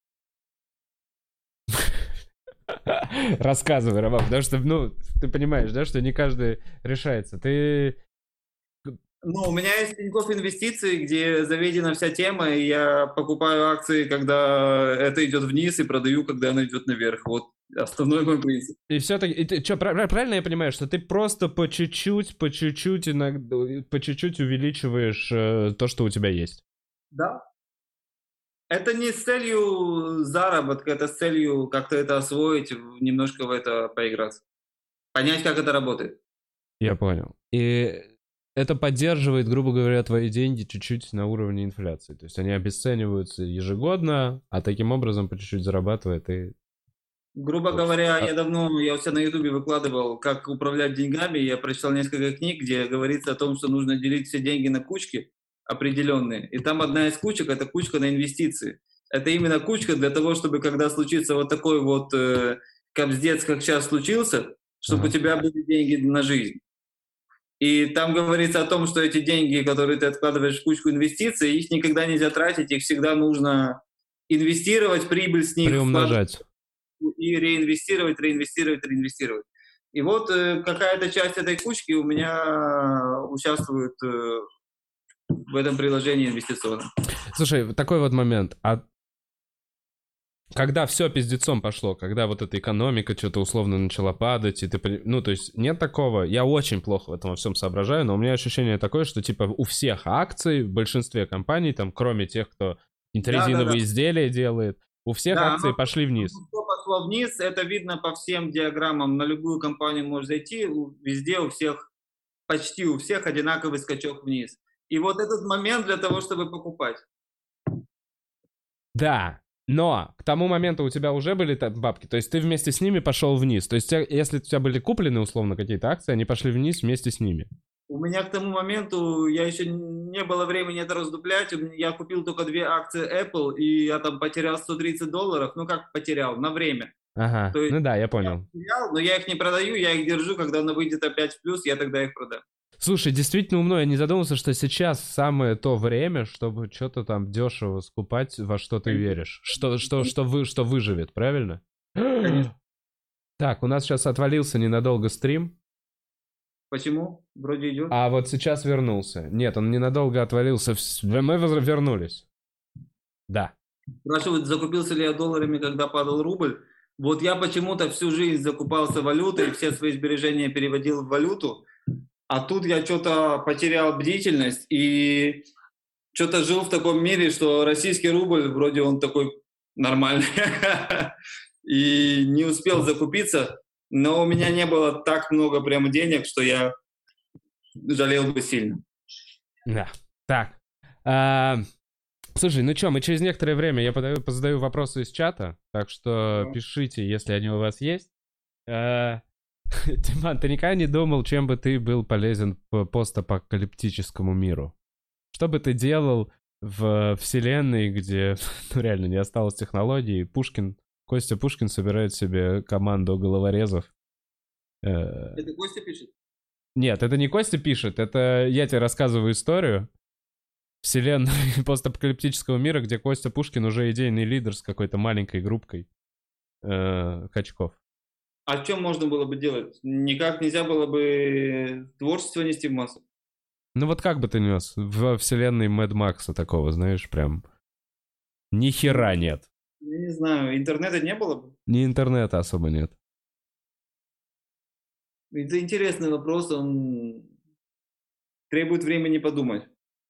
Рассказывай, Роман, потому что, ну, ты понимаешь, да, что не каждый решается. Ты... Ну, у меня есть Тинькофф Инвестиции, где заведена вся тема, и я покупаю акции, когда это идет вниз, и продаю, когда оно идет наверх. Вот основной мой принцип. И все-таки, и ты, что, правильно я понимаю, что ты просто по чуть-чуть, по чуть-чуть иногда, по чуть-чуть увеличиваешь э, то, что у тебя есть? Да. Это не с целью заработка, это с целью как-то это освоить, немножко в это поиграться. Понять, как это работает. Я понял. И это поддерживает, грубо говоря, твои деньги чуть-чуть на уровне инфляции. То есть они обесцениваются ежегодно, а таким образом по чуть-чуть зарабатывает и... Грубо говоря, я давно, я у себя на Ютубе выкладывал, как управлять деньгами. Я прочитал несколько книг, где говорится о том, что нужно делить все деньги на кучки определенные. И там одна из кучек – это кучка на инвестиции. Это именно кучка для того, чтобы когда случится вот такой вот э, капздец, как сейчас случился, чтобы uh-huh. у тебя были деньги на жизнь. И там говорится о том, что эти деньги, которые ты откладываешь в кучку инвестиций, их никогда нельзя тратить, их всегда нужно инвестировать, прибыль с них приумножать. И реинвестировать, реинвестировать, реинвестировать. И вот э, какая-то часть этой кучки у меня участвует э, в этом приложении инвестиционном. Слушай, такой вот момент. А когда все пиздецом пошло, когда вот эта экономика что-то условно начала падать, и ты, ну, то есть нет такого, я очень плохо в этом во всем соображаю, но у меня ощущение такое, что типа у всех акций, в большинстве компаний, там, кроме тех, кто резиновые да, да, да. изделия делает, у всех да, акции пошли вниз. Все пошло вниз, это видно по всем диаграммам, на любую компанию можешь зайти, везде у всех, почти у всех одинаковый скачок вниз. И вот этот момент для того, чтобы покупать. Да, но к тому моменту у тебя уже были бабки, то есть ты вместе с ними пошел вниз. То есть если у тебя были куплены условно какие-то акции, они пошли вниз вместе с ними. У меня к тому моменту, я еще не было времени это раздуплять, я купил только две акции Apple, и я там потерял сто тридцать долларов, ну как потерял, на время. Ага, То есть, ну да, я понял. Я потерял, но я их не продаю, я их держу, когда она выйдет опять в плюс, я тогда их продам. Слушай, действительно умно, я не задумался, что сейчас самое то время, чтобы что-то там дешево скупать, во что ты веришь, что, что, что, вы, что выживет, правильно? Конечно. Так, у нас сейчас отвалился ненадолго стрим. Почему? Вроде идет. А вот сейчас вернулся. Нет, он ненадолго отвалился. Мы вернулись. Да. Спрашивают, закупился ли я долларами, когда падал рубль. Вот я почему-то всю жизнь закупался валютой, все свои сбережения переводил в валюту. А тут я что-то потерял бдительность и что-то жил в таком мире, что российский рубль, вроде он такой нормальный. И не успел закупиться. Но у меня не было так много прямо денег, что я жалел бы сильно. Да. Так. А, слушай, ну что, мы через некоторое время, я подаю, позадаю вопросы из чата, так что да. Пишите, если они у вас есть. А, Диман, ты никогда не думал, чем бы ты был полезен по постапокалиптическому миру? Что бы ты делал в вселенной, где ну, реально не осталось технологий? Пушкин... Костя Пушкин собирает себе команду головорезов. Это Костя пишет? Нет, это не Костя пишет, это я тебе рассказываю историю вселенной постапокалиптического мира, где Костя Пушкин уже идейный лидер с какой-то маленькой группкой э, качков. А что можно было бы делать? Никак нельзя было бы творчество нести в массу? Ну вот как бы ты нес в вселенной Мэд Макса такого, знаешь, прям ни хера нет. Я не знаю, интернета не было бы? Ни интернета особо нет. Это интересный вопрос, он требует времени подумать.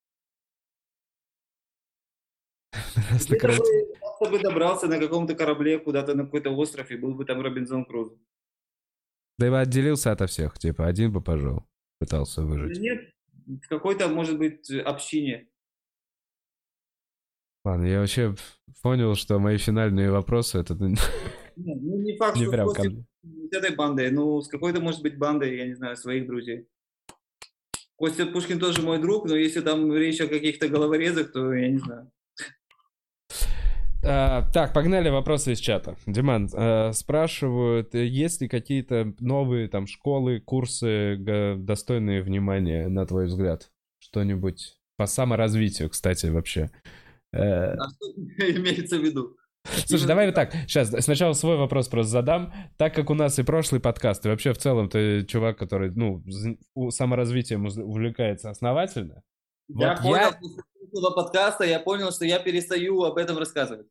Где-то бы, бы добрался на каком-то корабле куда-то на какой-то остров и был бы там Робинзон Крузо. Да и бы отделился ото всех, типа один бы пожил, пытался выжить. Да нет, в какой-то, может быть, общине. Ладно, я вообще понял, что мои финальные вопросы это... Ну, не факт, не что прям Костя с этой бандой, ну, с какой-то, может быть, бандой, я не знаю, своих друзей. Костя Пушкин тоже мой друг, но если там речь о каких-то головорезах, то я не знаю. А, так, погнали вопросы из чата. Диман, а, спрашивают, есть ли какие-то новые там школы, курсы, г- достойные внимания, на твой взгляд? Что-нибудь по саморазвитию, кстати, вообще. А что имеется в виду? Слушай, давай вот так, сейчас сначала свой вопрос просто задам. Так как у нас и прошлый подкаст, и вообще в целом ты чувак, который, ну, саморазвитием увлекается основательно. Я вот понял, я... после прошлого подкаста я понял, что я перестаю об этом рассказывать.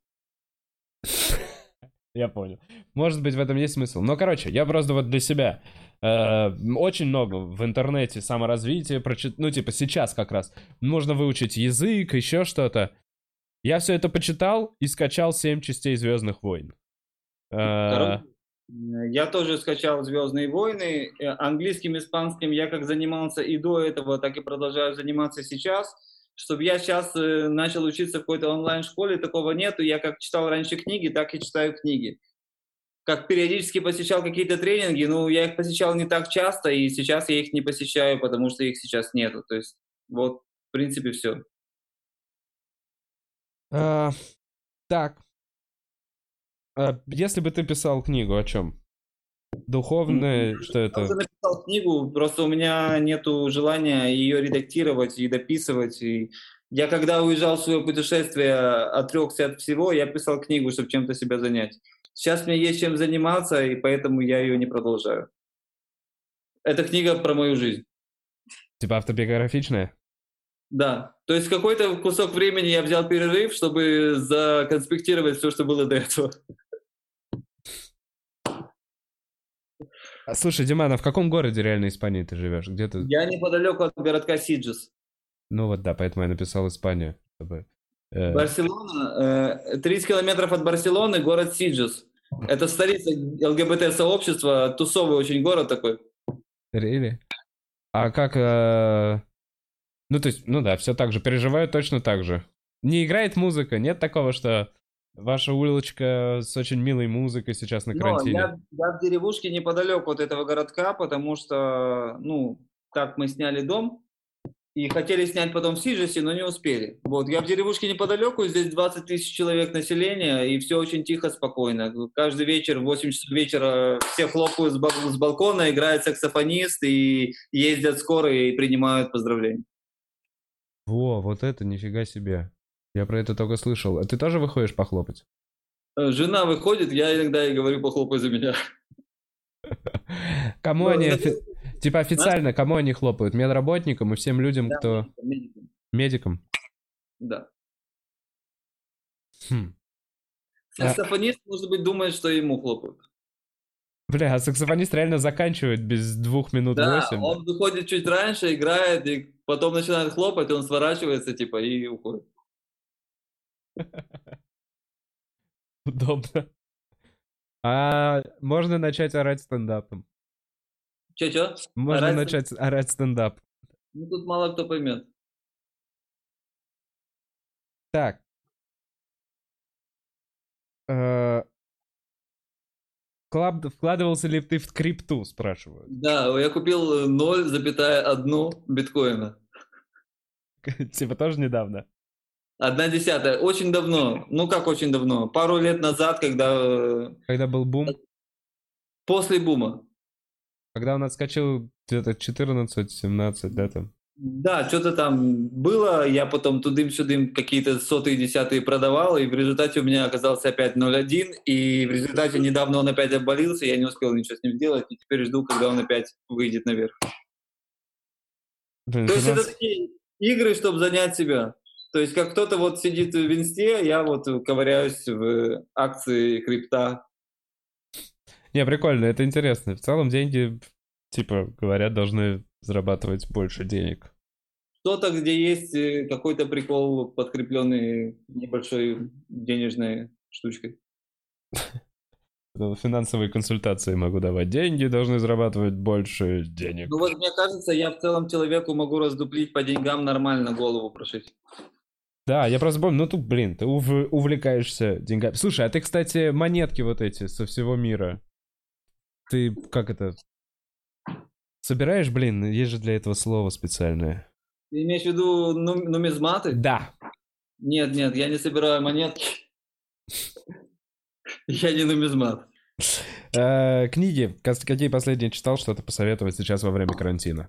Я понял. Может быть, в этом есть смысл. Но, короче, я просто вот для себя э, очень много в интернете саморазвития прочит... Ну, типа, сейчас как раз нужно выучить язык, еще что-то. Я все это почитал и скачал семь частей «Звездных войн». А, Я тоже скачал «Звездные войны». Э, Английским, испанским я как занимался и до этого, так и продолжаю заниматься сейчас. Чтобы я сейчас э, начал учиться в какой-то онлайн-школе, такого нету. Я как читал раньше книги, так и читаю книги. Как периодически посещал какие-то тренинги, ну, я их посещал не так часто, и сейчас я их не посещаю, потому что их сейчас нету. То есть, вот, в принципе, все. а, так, а, если бы ты писал книгу, о чем? Духовное, что Я это? уже написал книгу, просто у меня нету желания ее редактировать и дописывать. И я когда уезжал в свое путешествие, отрекся от всего, я писал книгу, чтобы чем-то себя занять. Сейчас мне есть чем заниматься, и поэтому я ее не продолжаю. Это книга про мою жизнь. Типа автобиографичное? Да. То есть какой-то кусок времени я взял перерыв, чтобы законспектировать все, что было до этого. А, слушай, Диман, а в каком городе реально Испании ты живешь? Где ты? Я неподалеку от городка Сиджес. Ну вот да, поэтому я написал Испанию. Чтобы, э, Барселона, э, тридцать километров от Барселоны, город Сиджес. Это столица ЛГБТ-сообщества, тусовый очень город такой. really? А как... э, Ну, то есть, ну да, все так же. Переживаю точно так же. Не играет музыка? Нет такого, что ваша улочка с очень милой музыкой сейчас на Но карантине? я, я в деревушке неподалеку от этого городка, потому что, ну, так мы сняли дом и хотели снять потом в Сиджесе, но не успели. Вот, я в деревушке неподалеку, здесь двадцать тысяч человек населения, и все очень тихо, спокойно. Каждый вечер в восемь часов вечера все хлопают с, бал- с балкона, играет саксофонист, и ездят скорые и принимают поздравления. Во, вот это нифига себе. Я про это только слышал. А ты тоже выходишь похлопать? Э, Жена выходит, я иногда ей говорю, похлопай за меня. Кому Но они... иногда- офи- Типа официально, кому они хлопают? Медработникам и всем людям, Да, кто... медикам, Медикам? да. Хм. А, Саксофонист, может быть, думает, что ему хлопают. бля, а саксофонист реально заканчивает без двух минут Да, восемь. он выходит чуть раньше, играет, и потом начинает хлопать, он сворачивается, типа, и уходит. Удобно. А можно начать орать стендапом. Че-че? Можно Орать? начать орать стендап. Ну, тут мало кто поймет. Так. э, вклад- Вкладывался ли ты в крипту, спрашивают. Да, я купил ноль целых одна биткоина. Типа тоже недавно. Одна десятая. Очень давно. Ну, как очень давно? Пару лет назад, когда... э, Когда был бум, После бума. когда он отскочил где-то четырнадцать-семнадцать, да, там. Да, что-то там было, я потом тудым-сюдым какие-то сотые, десятые продавал, и в результате у меня оказался опять ноль один, и в результате недавно он опять обвалился, я не успел ничего с ним сделать, и теперь жду, когда он опять выйдет наверх. Блин, То есть это финанс- такие игры, чтобы занять себя. То есть как кто-то вот сидит в инсте, я вот ковыряюсь в акции крипта. Не, прикольно, это интересно. В целом деньги, типа, говорят, должны зарабатывать больше денег. Что-то, где есть э, какой-то прикол, подкрепленный небольшой денежной штучкой. Ну, финансовые консультации могу давать. Деньги должны зарабатывать больше денег. Ну вот мне кажется, я в целом человеку могу раздуплить по деньгам нормально голову прошить. Да, я просто помню, ну тут, блин, ты ув- увлекаешься деньгами. Слушай, а ты, кстати, монетки вот эти со всего мира, ты как это, собираешь, блин? Есть же для этого слово специальное. Ты имеешь в виду нум- нумизматы? Да. Нет, нет, я не собираю монетки. Я не нумизмат. Э, Книги, Кас- какие последние читал, что-то посоветовать сейчас во время карантина?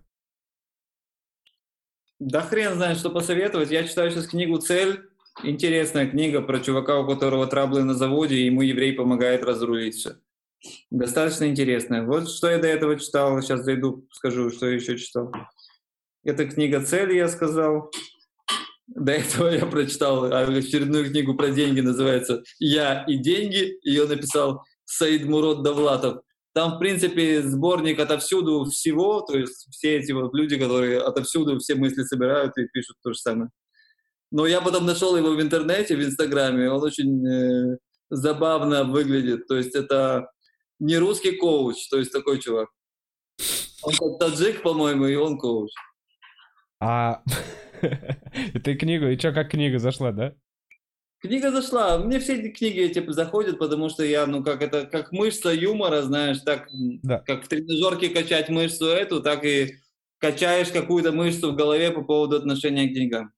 Да хрен знает, что посоветовать. Я читаю сейчас книгу «Цель». Интересная книга про чувака, у которого траблы на заводе, и ему еврей помогает разрулить все. Достаточно интересная. Вот что я до этого читал. Сейчас зайду, скажу, что я еще читал. Это книга «Цель», я сказал. До этого я прочитал очередную книгу про деньги, называется «Я и деньги». Ее написал Саид Мурод Давлатов. Там, в принципе, сборник отовсюду всего, то есть все эти вот люди, которые отовсюду все мысли собирают и пишут то же самое. Но я потом нашел его в интернете, в Инстаграме. Он очень э, забавно выглядит. То есть это не русский коуч, то есть такой чувак. Он как таджик, по-моему, и он коуч. А ты книгу, и что, как книга зашла, да? Книга зашла. Мне все эти книги типа заходят, потому что я, ну, как это, как мышца юмора, знаешь, так, Да. как в тренажерке качать мышцу эту, так и качаешь какую-то мышцу в голове по поводу отношения к деньгам.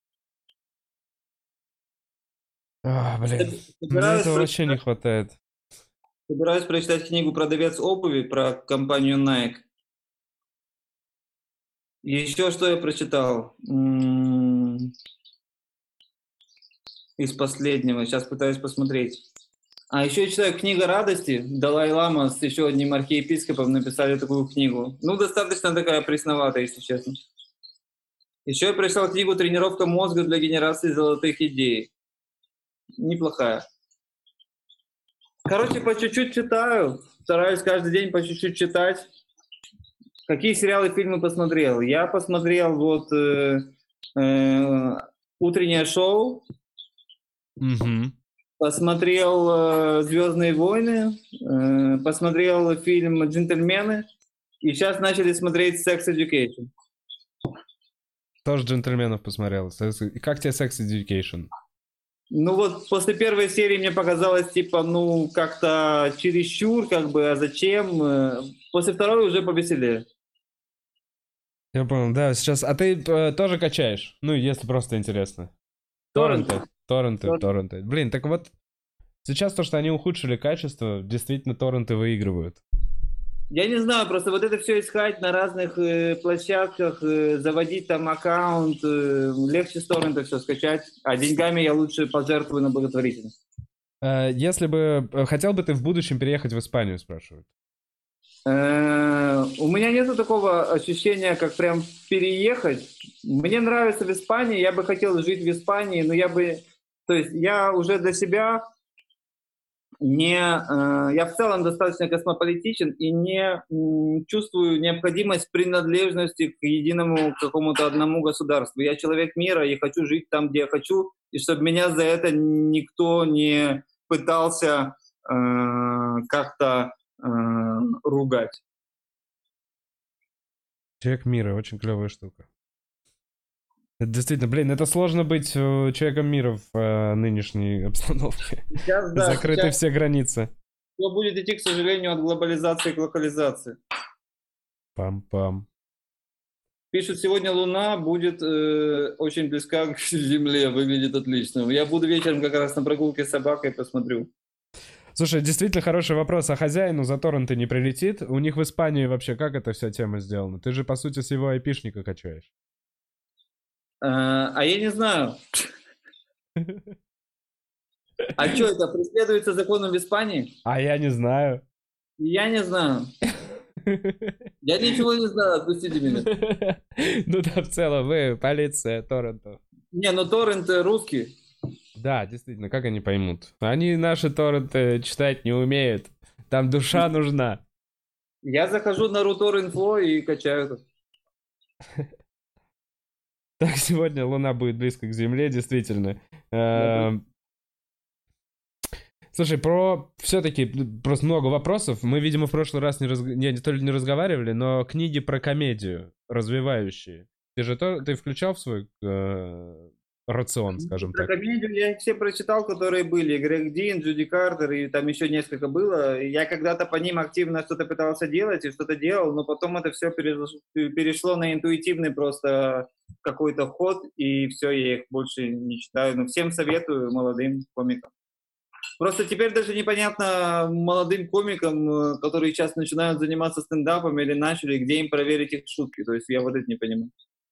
А, блин, мне Собираюсь этого вообще не прочитать, хватает. собираюсь прочитать книгу «Продавец обуви» про компанию Nike. Еще что я прочитал? М, Из последнего. Сейчас пытаюсь посмотреть. А еще я читаю «Книга радости». Далай-лама с еще одним архиепископом написали такую книгу. Ну, достаточно такая пресноватая, если честно. Еще я прочитал книгу «Тренировка мозга для генерации золотых идей». Неплохая. Короче, по чуть-чуть читаю. Стараюсь каждый день по чуть-чуть читать. Какие сериалы и фильмы посмотрел? Я посмотрел вот э, э, «Утреннее шоу», Угу. посмотрел э, «Звездные войны», э, посмотрел фильм «Джентльмены», и сейчас начали смотреть «Sex Education». Тоже «Джентльменов» посмотрел. Секс- и Как тебе «Sex Education»? Ну вот после первой серии мне показалось, типа, ну, как-то чересчур, как бы, а зачем? Э, После второй уже повеселее. Я понял, да, сейчас... А ты э, тоже качаешь? Ну, если просто интересно. Торренты. Торренты, Торренты. торренты. Блин, так вот, сейчас то, что они ухудшили качество, действительно торренты выигрывают. Я не знаю, просто вот это все искать на разных э, площадках, э, заводить там аккаунт, э, легче с торрента все скачать, а деньгами я лучше пожертвую на благотворительность. Э, Если бы... э, Хотел бы ты в будущем переехать в Испанию, спрашивают. Э, У меня нету такого ощущения, как прям переехать. Мне нравится в Испании, я бы хотел жить в Испании, но я бы... То есть я уже для себя не... э, Я в целом достаточно космополитичен и не м, чувствую необходимость принадлежности к единому какому-то одному государству. Я человек мира и хочу жить там, где я хочу, и чтобы меня за это никто не пытался э, как-то э, ругать. Человек мира, очень клевая штука. Это действительно, блин, это сложно быть э, человеком мира в э, нынешней обстановке. Сейчас, да, Закрыты сейчас все границы. все будет идти, к сожалению, от глобализации к локализации. Пам-пам. Пишут, сегодня Луна будет э, очень близка к Земле, выглядит отлично. Я буду вечером как раз на прогулке с собакой, посмотрю. Слушай, действительно хороший вопрос. А хозяину за торренты не прилетит? У них в Испании вообще как эта вся тема сделана? Ты же, по сути, с его айпишника качаешь. Э, а я не знаю. А что это, преследуется законом в Испании? А я не знаю. Я не знаю. Я ничего не знаю, отпустите меня. Ну да, в целом, вы полиция торрентов. Не, ну торрент русский. Да, действительно, как они поймут? Они наши торренты читать не умеют. Там душа нужна. Я захожу на Рутор.инфо и качаю это. Так, сегодня Луна будет близко к Земле, действительно. Да. Эм, Слушай, про все-таки просто много вопросов. Мы, видимо, в прошлый раз не, разг... не, то ли не разговаривали, но книги про комедию, развивающие. Ты же то, ты включал в свой э, рацион, скажем Про так? комедию я их все прочитал, которые были. Грег Дин, Джуди Картер, и там еще несколько было. И я когда-то по ним активно что-то пытался делать и что-то делал, но потом это все перешло на интуитивный просто какой-то ход, и все, я их больше не читаю. Но всем советую молодым комикам. Просто теперь даже непонятно молодым комикам, э, которые сейчас начинают заниматься стендапом или начали, где им проверить их шутки. То есть я вот это не понимаю.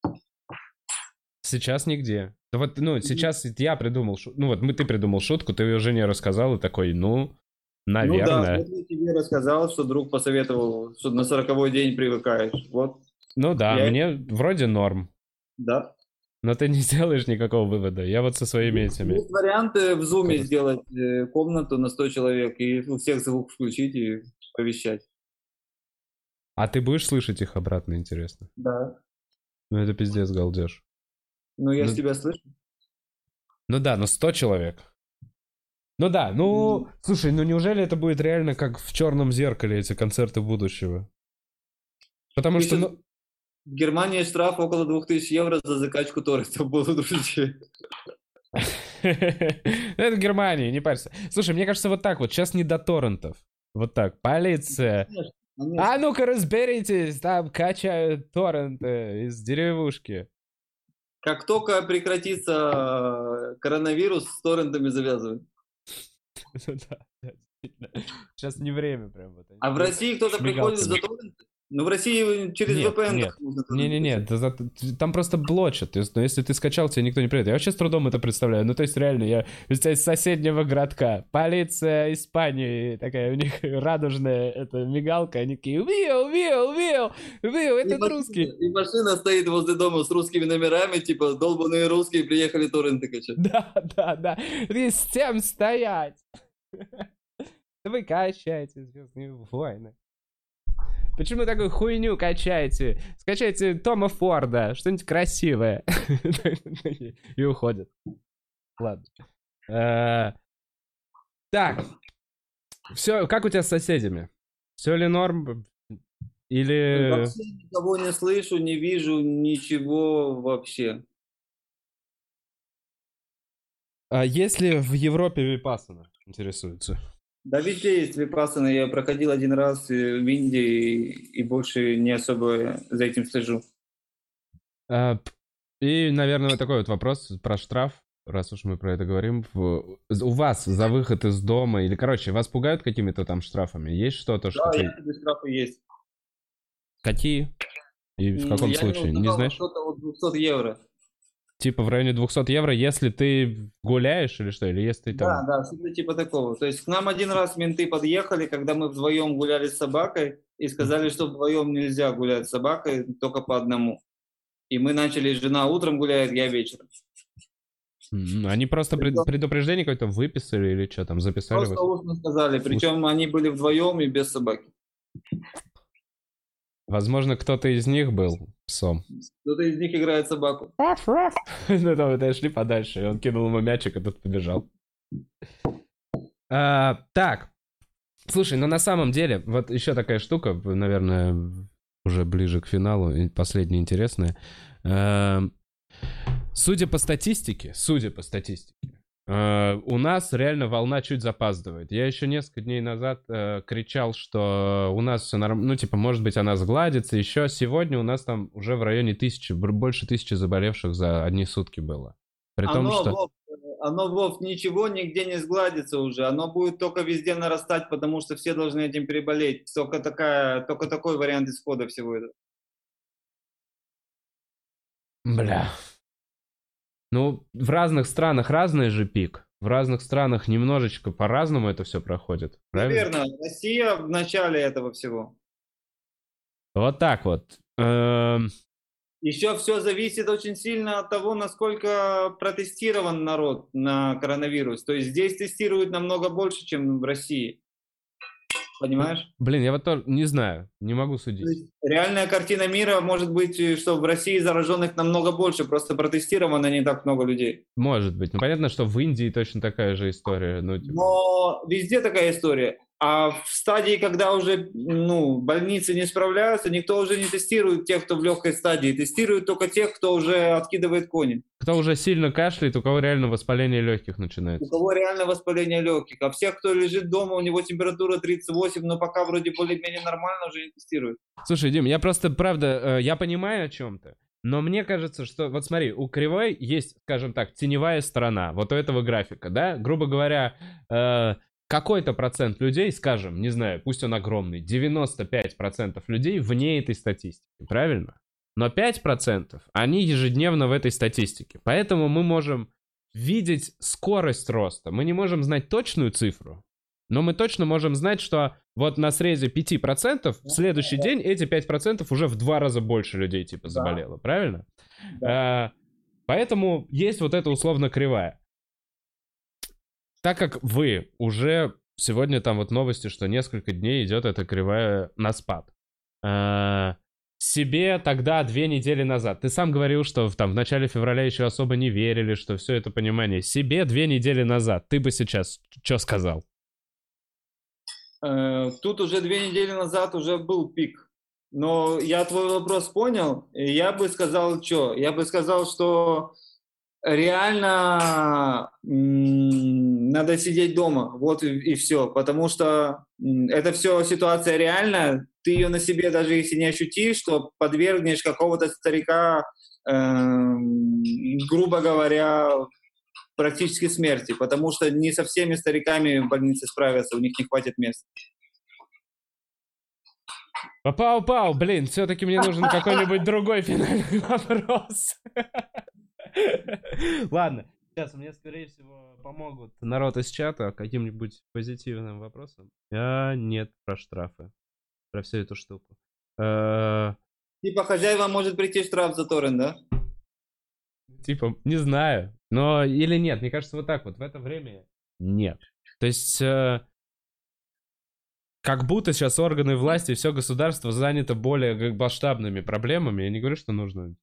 Сейчас нигде. Да вот, ну, сейчас я придумал, шу- ну вот мы, ты придумал шутку, ты ее жене рассказал и такой, ну, Ну да, наверное. вот я тебе рассказал, что друг посоветовал, что на сороковой день привыкаешь. Вот, Ну да, я, мне вроде норм. да. Но ты не сделаешь никакого вывода. Я вот со своими Есть этими. есть варианты в зуме сделать э, комнату на сто человек и у всех звук включить и повещать. А ты будешь слышать их обратно, интересно? Да. Ну это пиздец, галдеж. Ну я Ну, ж тебя слышу. Ну да, ну сто человек. Ну да, ну, слушай, ну неужели это будет реально как в «Черном зеркале» эти концерты будущего? Потому что, Пишут, ну... в Германии штраф около двух тысяч евро за закачку торрентов был, друзья. Это Германия, не парься. Слушай, мне кажется, вот так вот, сейчас не до торрентов. Вот так, полиция. Конечно, конечно. А ну-ка разберитесь, там качают торренты из деревушки. Как только прекратится коронавирус, с торрентами завязывают. Сейчас не время прям. Вот. А в России кто-то приходит за торренты? Ну, в России через Нет, ви пи эн нет. можно Не-не-не, да за- там просто блочат. То есть, ну, если ты скачал, тебе никто не придет. Я вообще с трудом это представляю. Ну, то есть, реально, я из соседнего городка. Полиция Испании такая, у них радужная эта мигалка. Они такие, вил, вил, вил, вил, И этот машина, русский. и машина стоит возле дома с русскими номерами, типа, долбаные русские приехали торренты качать. Да, да, да. И с тем стоять. Вы качаете «Звездные войны». Почему такую хуйню качаете? Скачайте Тома Форда, что-нибудь красивое. И уходят. Ладно. Э, Так. Все, как у тебя с соседями? Все ли норм? Или... Вообще никого не слышу, не вижу, ничего вообще. А есть ли в Европе випассана? Интересуется. Да везде есть випассана, я проходил один раз э, в Индии и больше не особо за этим слежу. А, п- И, наверное, вот такой вот вопрос про штраф, раз уж мы про это говорим. В- У вас за выход из дома, или, короче, вас пугают какими-то там штрафами? Есть что-то, что Да, ты... якобы штрафы есть. Какие? И в М, каком Я не случае? Не узнавал, но знаешь? что-то от двухсот евро. Типа в районе двухсот евро, если ты гуляешь или что? Или если ты Да, там... да, что-то типа такого. То есть к нам один раз менты подъехали, когда мы вдвоем гуляли с собакой, и сказали, что вдвоем нельзя гулять с собакой, только по одному. И мы начали, жена утром гуляет, я вечером. М, Они просто пред- предупреждение какое-то выписали или что там, записали Просто вас? устно сказали, причем они были вдвоем и без собаки. Возможно, кто-то из них был псом. Кто-то из них играет собаку. Ну, там отошли подальше, и он кинул ему мячик, и тот побежал. А, Так, слушай, ну на самом деле, вот еще такая штука, наверное, уже ближе к финалу, и последняя интересная. Эм, Судя по статистике, судя по статистике, э, у нас реально волна чуть запаздывает. Я еще несколько дней назад э, кричал, что у нас все нормально, ну типа, может быть, она сгладится. Еще сегодня у нас там уже в районе тысячи, бр- больше тысячи заболевших за одни сутки было. При том, Оно, что... Вов, э, оно, Вов, ничего нигде не сгладится уже. Оно будет только везде нарастать, потому что все должны этим переболеть. Только, такая, только такой вариант исхода всего этого. Бля. Ну, в разных странах разный же пик. В разных странах немножечко по-разному это все проходит. Правильно? Верно. Россия в начале этого всего. Вот так вот. Эм, Еще все зависит очень сильно от того, насколько протестирован народ на коронавирус. То есть здесь тестируют намного больше, чем в России. Понимаешь? Блин, я вот тоже не знаю, не могу То судить. есть реальная картина мира может быть, э, что в России зараженных намного больше, просто протестировано не так много людей. Может быть. Ну, понятно, что в Индии точно такая же история. Ну, типа... Но везде такая история. А в стадии, когда уже ну, больницы не справляются, никто уже не тестирует тех, кто в легкой стадии. Тестируют только тех, кто уже откидывает кони. Кто уже сильно кашляет, у кого реально воспаление легких У начинается. кого реально воспаление легких. А всех, кто лежит дома, у него температура тридцать восемь, но пока вроде более-менее нормально, уже не тестируют. Слушай, Дим, я просто, правда, э, я понимаю о чем-то, но мне кажется, что, вот смотри, у кривой есть, скажем так, теневая сторона вот у этого графика, да? Грубо говоря, э, какой-то процент людей, скажем, не знаю, пусть он огромный, девяносто пять процентов людей вне этой статистики, правильно? Но пять процентов, они ежедневно в этой статистике. Поэтому мы можем видеть скорость роста. Мы не можем знать точную цифру, но мы точно можем знать, что вот на срезе пять процентов в следующий день эти пять процентов уже в два раза больше людей типа заболело, правильно? Да. А, Поэтому есть вот эта условно кривая. Так как вы уже сегодня там вот новости, что несколько дней идет эта кривая на спад. А, себе тогда две недели назад. Ты сам говорил, что в, там в начале февраля еще особо не верили, что все это понимание. Себе две недели назад. Ты бы сейчас что сказал? Э, Тут уже две недели назад уже был пик. Но я твой вопрос понял. И я бы сказал, что? Я бы сказал, что реально м, надо сидеть дома. Вот и, и все. Потому что м, это все ситуация реальная. Ты ее на себе, даже если не ощутишь, что подвергнешь какого-то старика, эм, грубо говоря, практически смерти. Потому что не со всеми стариками в больнице справятся, у них не хватит места. Пау-пау, блин, все-таки мне нужен какой-нибудь другой финальный вопрос. Ладно, сейчас мне, скорее всего, помогут народ из чата каким-нибудь позитивным вопросом. А, нет, про штрафы. Про всю эту штуку. А, Типа хозяева может прийти штраф за торрент, да? типа, не знаю. Но или нет, мне кажется, вот так вот. В это время нет. То есть... э, как будто сейчас органы власти, все государство занято более как, масштабными проблемами. Я не говорю, что нужно...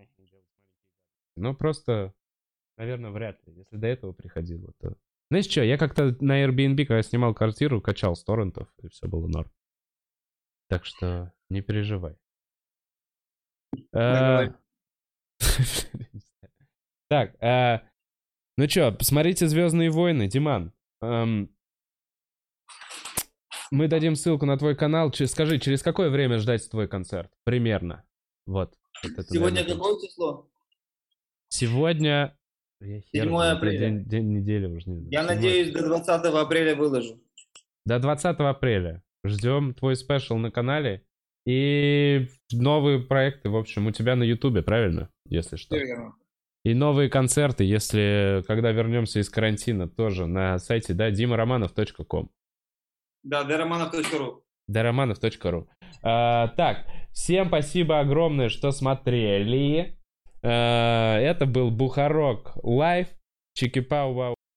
Но просто, наверное, вряд ли. Если до этого приходило, то... Знаешь что, я как-то на Airbnb, когда снимал квартиру, качал с торрентов, и все было норм. Так что не переживай. А, Так, а, ну что, посмотрите «Звездные войны», Диман. эм, Мы дадим ссылку на твой канал. Че- Скажи, через какое время ждать твой концерт? Примерно. Вот. Вот это, Сегодня наверное, какое число? Сегодня... Я хер седьмое знает, апреля. День, день недели уже не знаю. Я Седьмое. надеюсь, до двадцатого апреля выложу. До двадцатого апреля. Ждем твой спешл на канале. И новые проекты, в общем, у тебя на Ютубе, правильно? Если что. Всё верно. И новые концерты, если, когда вернемся из карантина, тоже на сайте, да, дима романов точка ком. Да, дероманов точка ру. дероманов точка ру. А, так, всем спасибо огромное, что смотрели. А, это был Бухарок Лайв. Чики-пау-вау.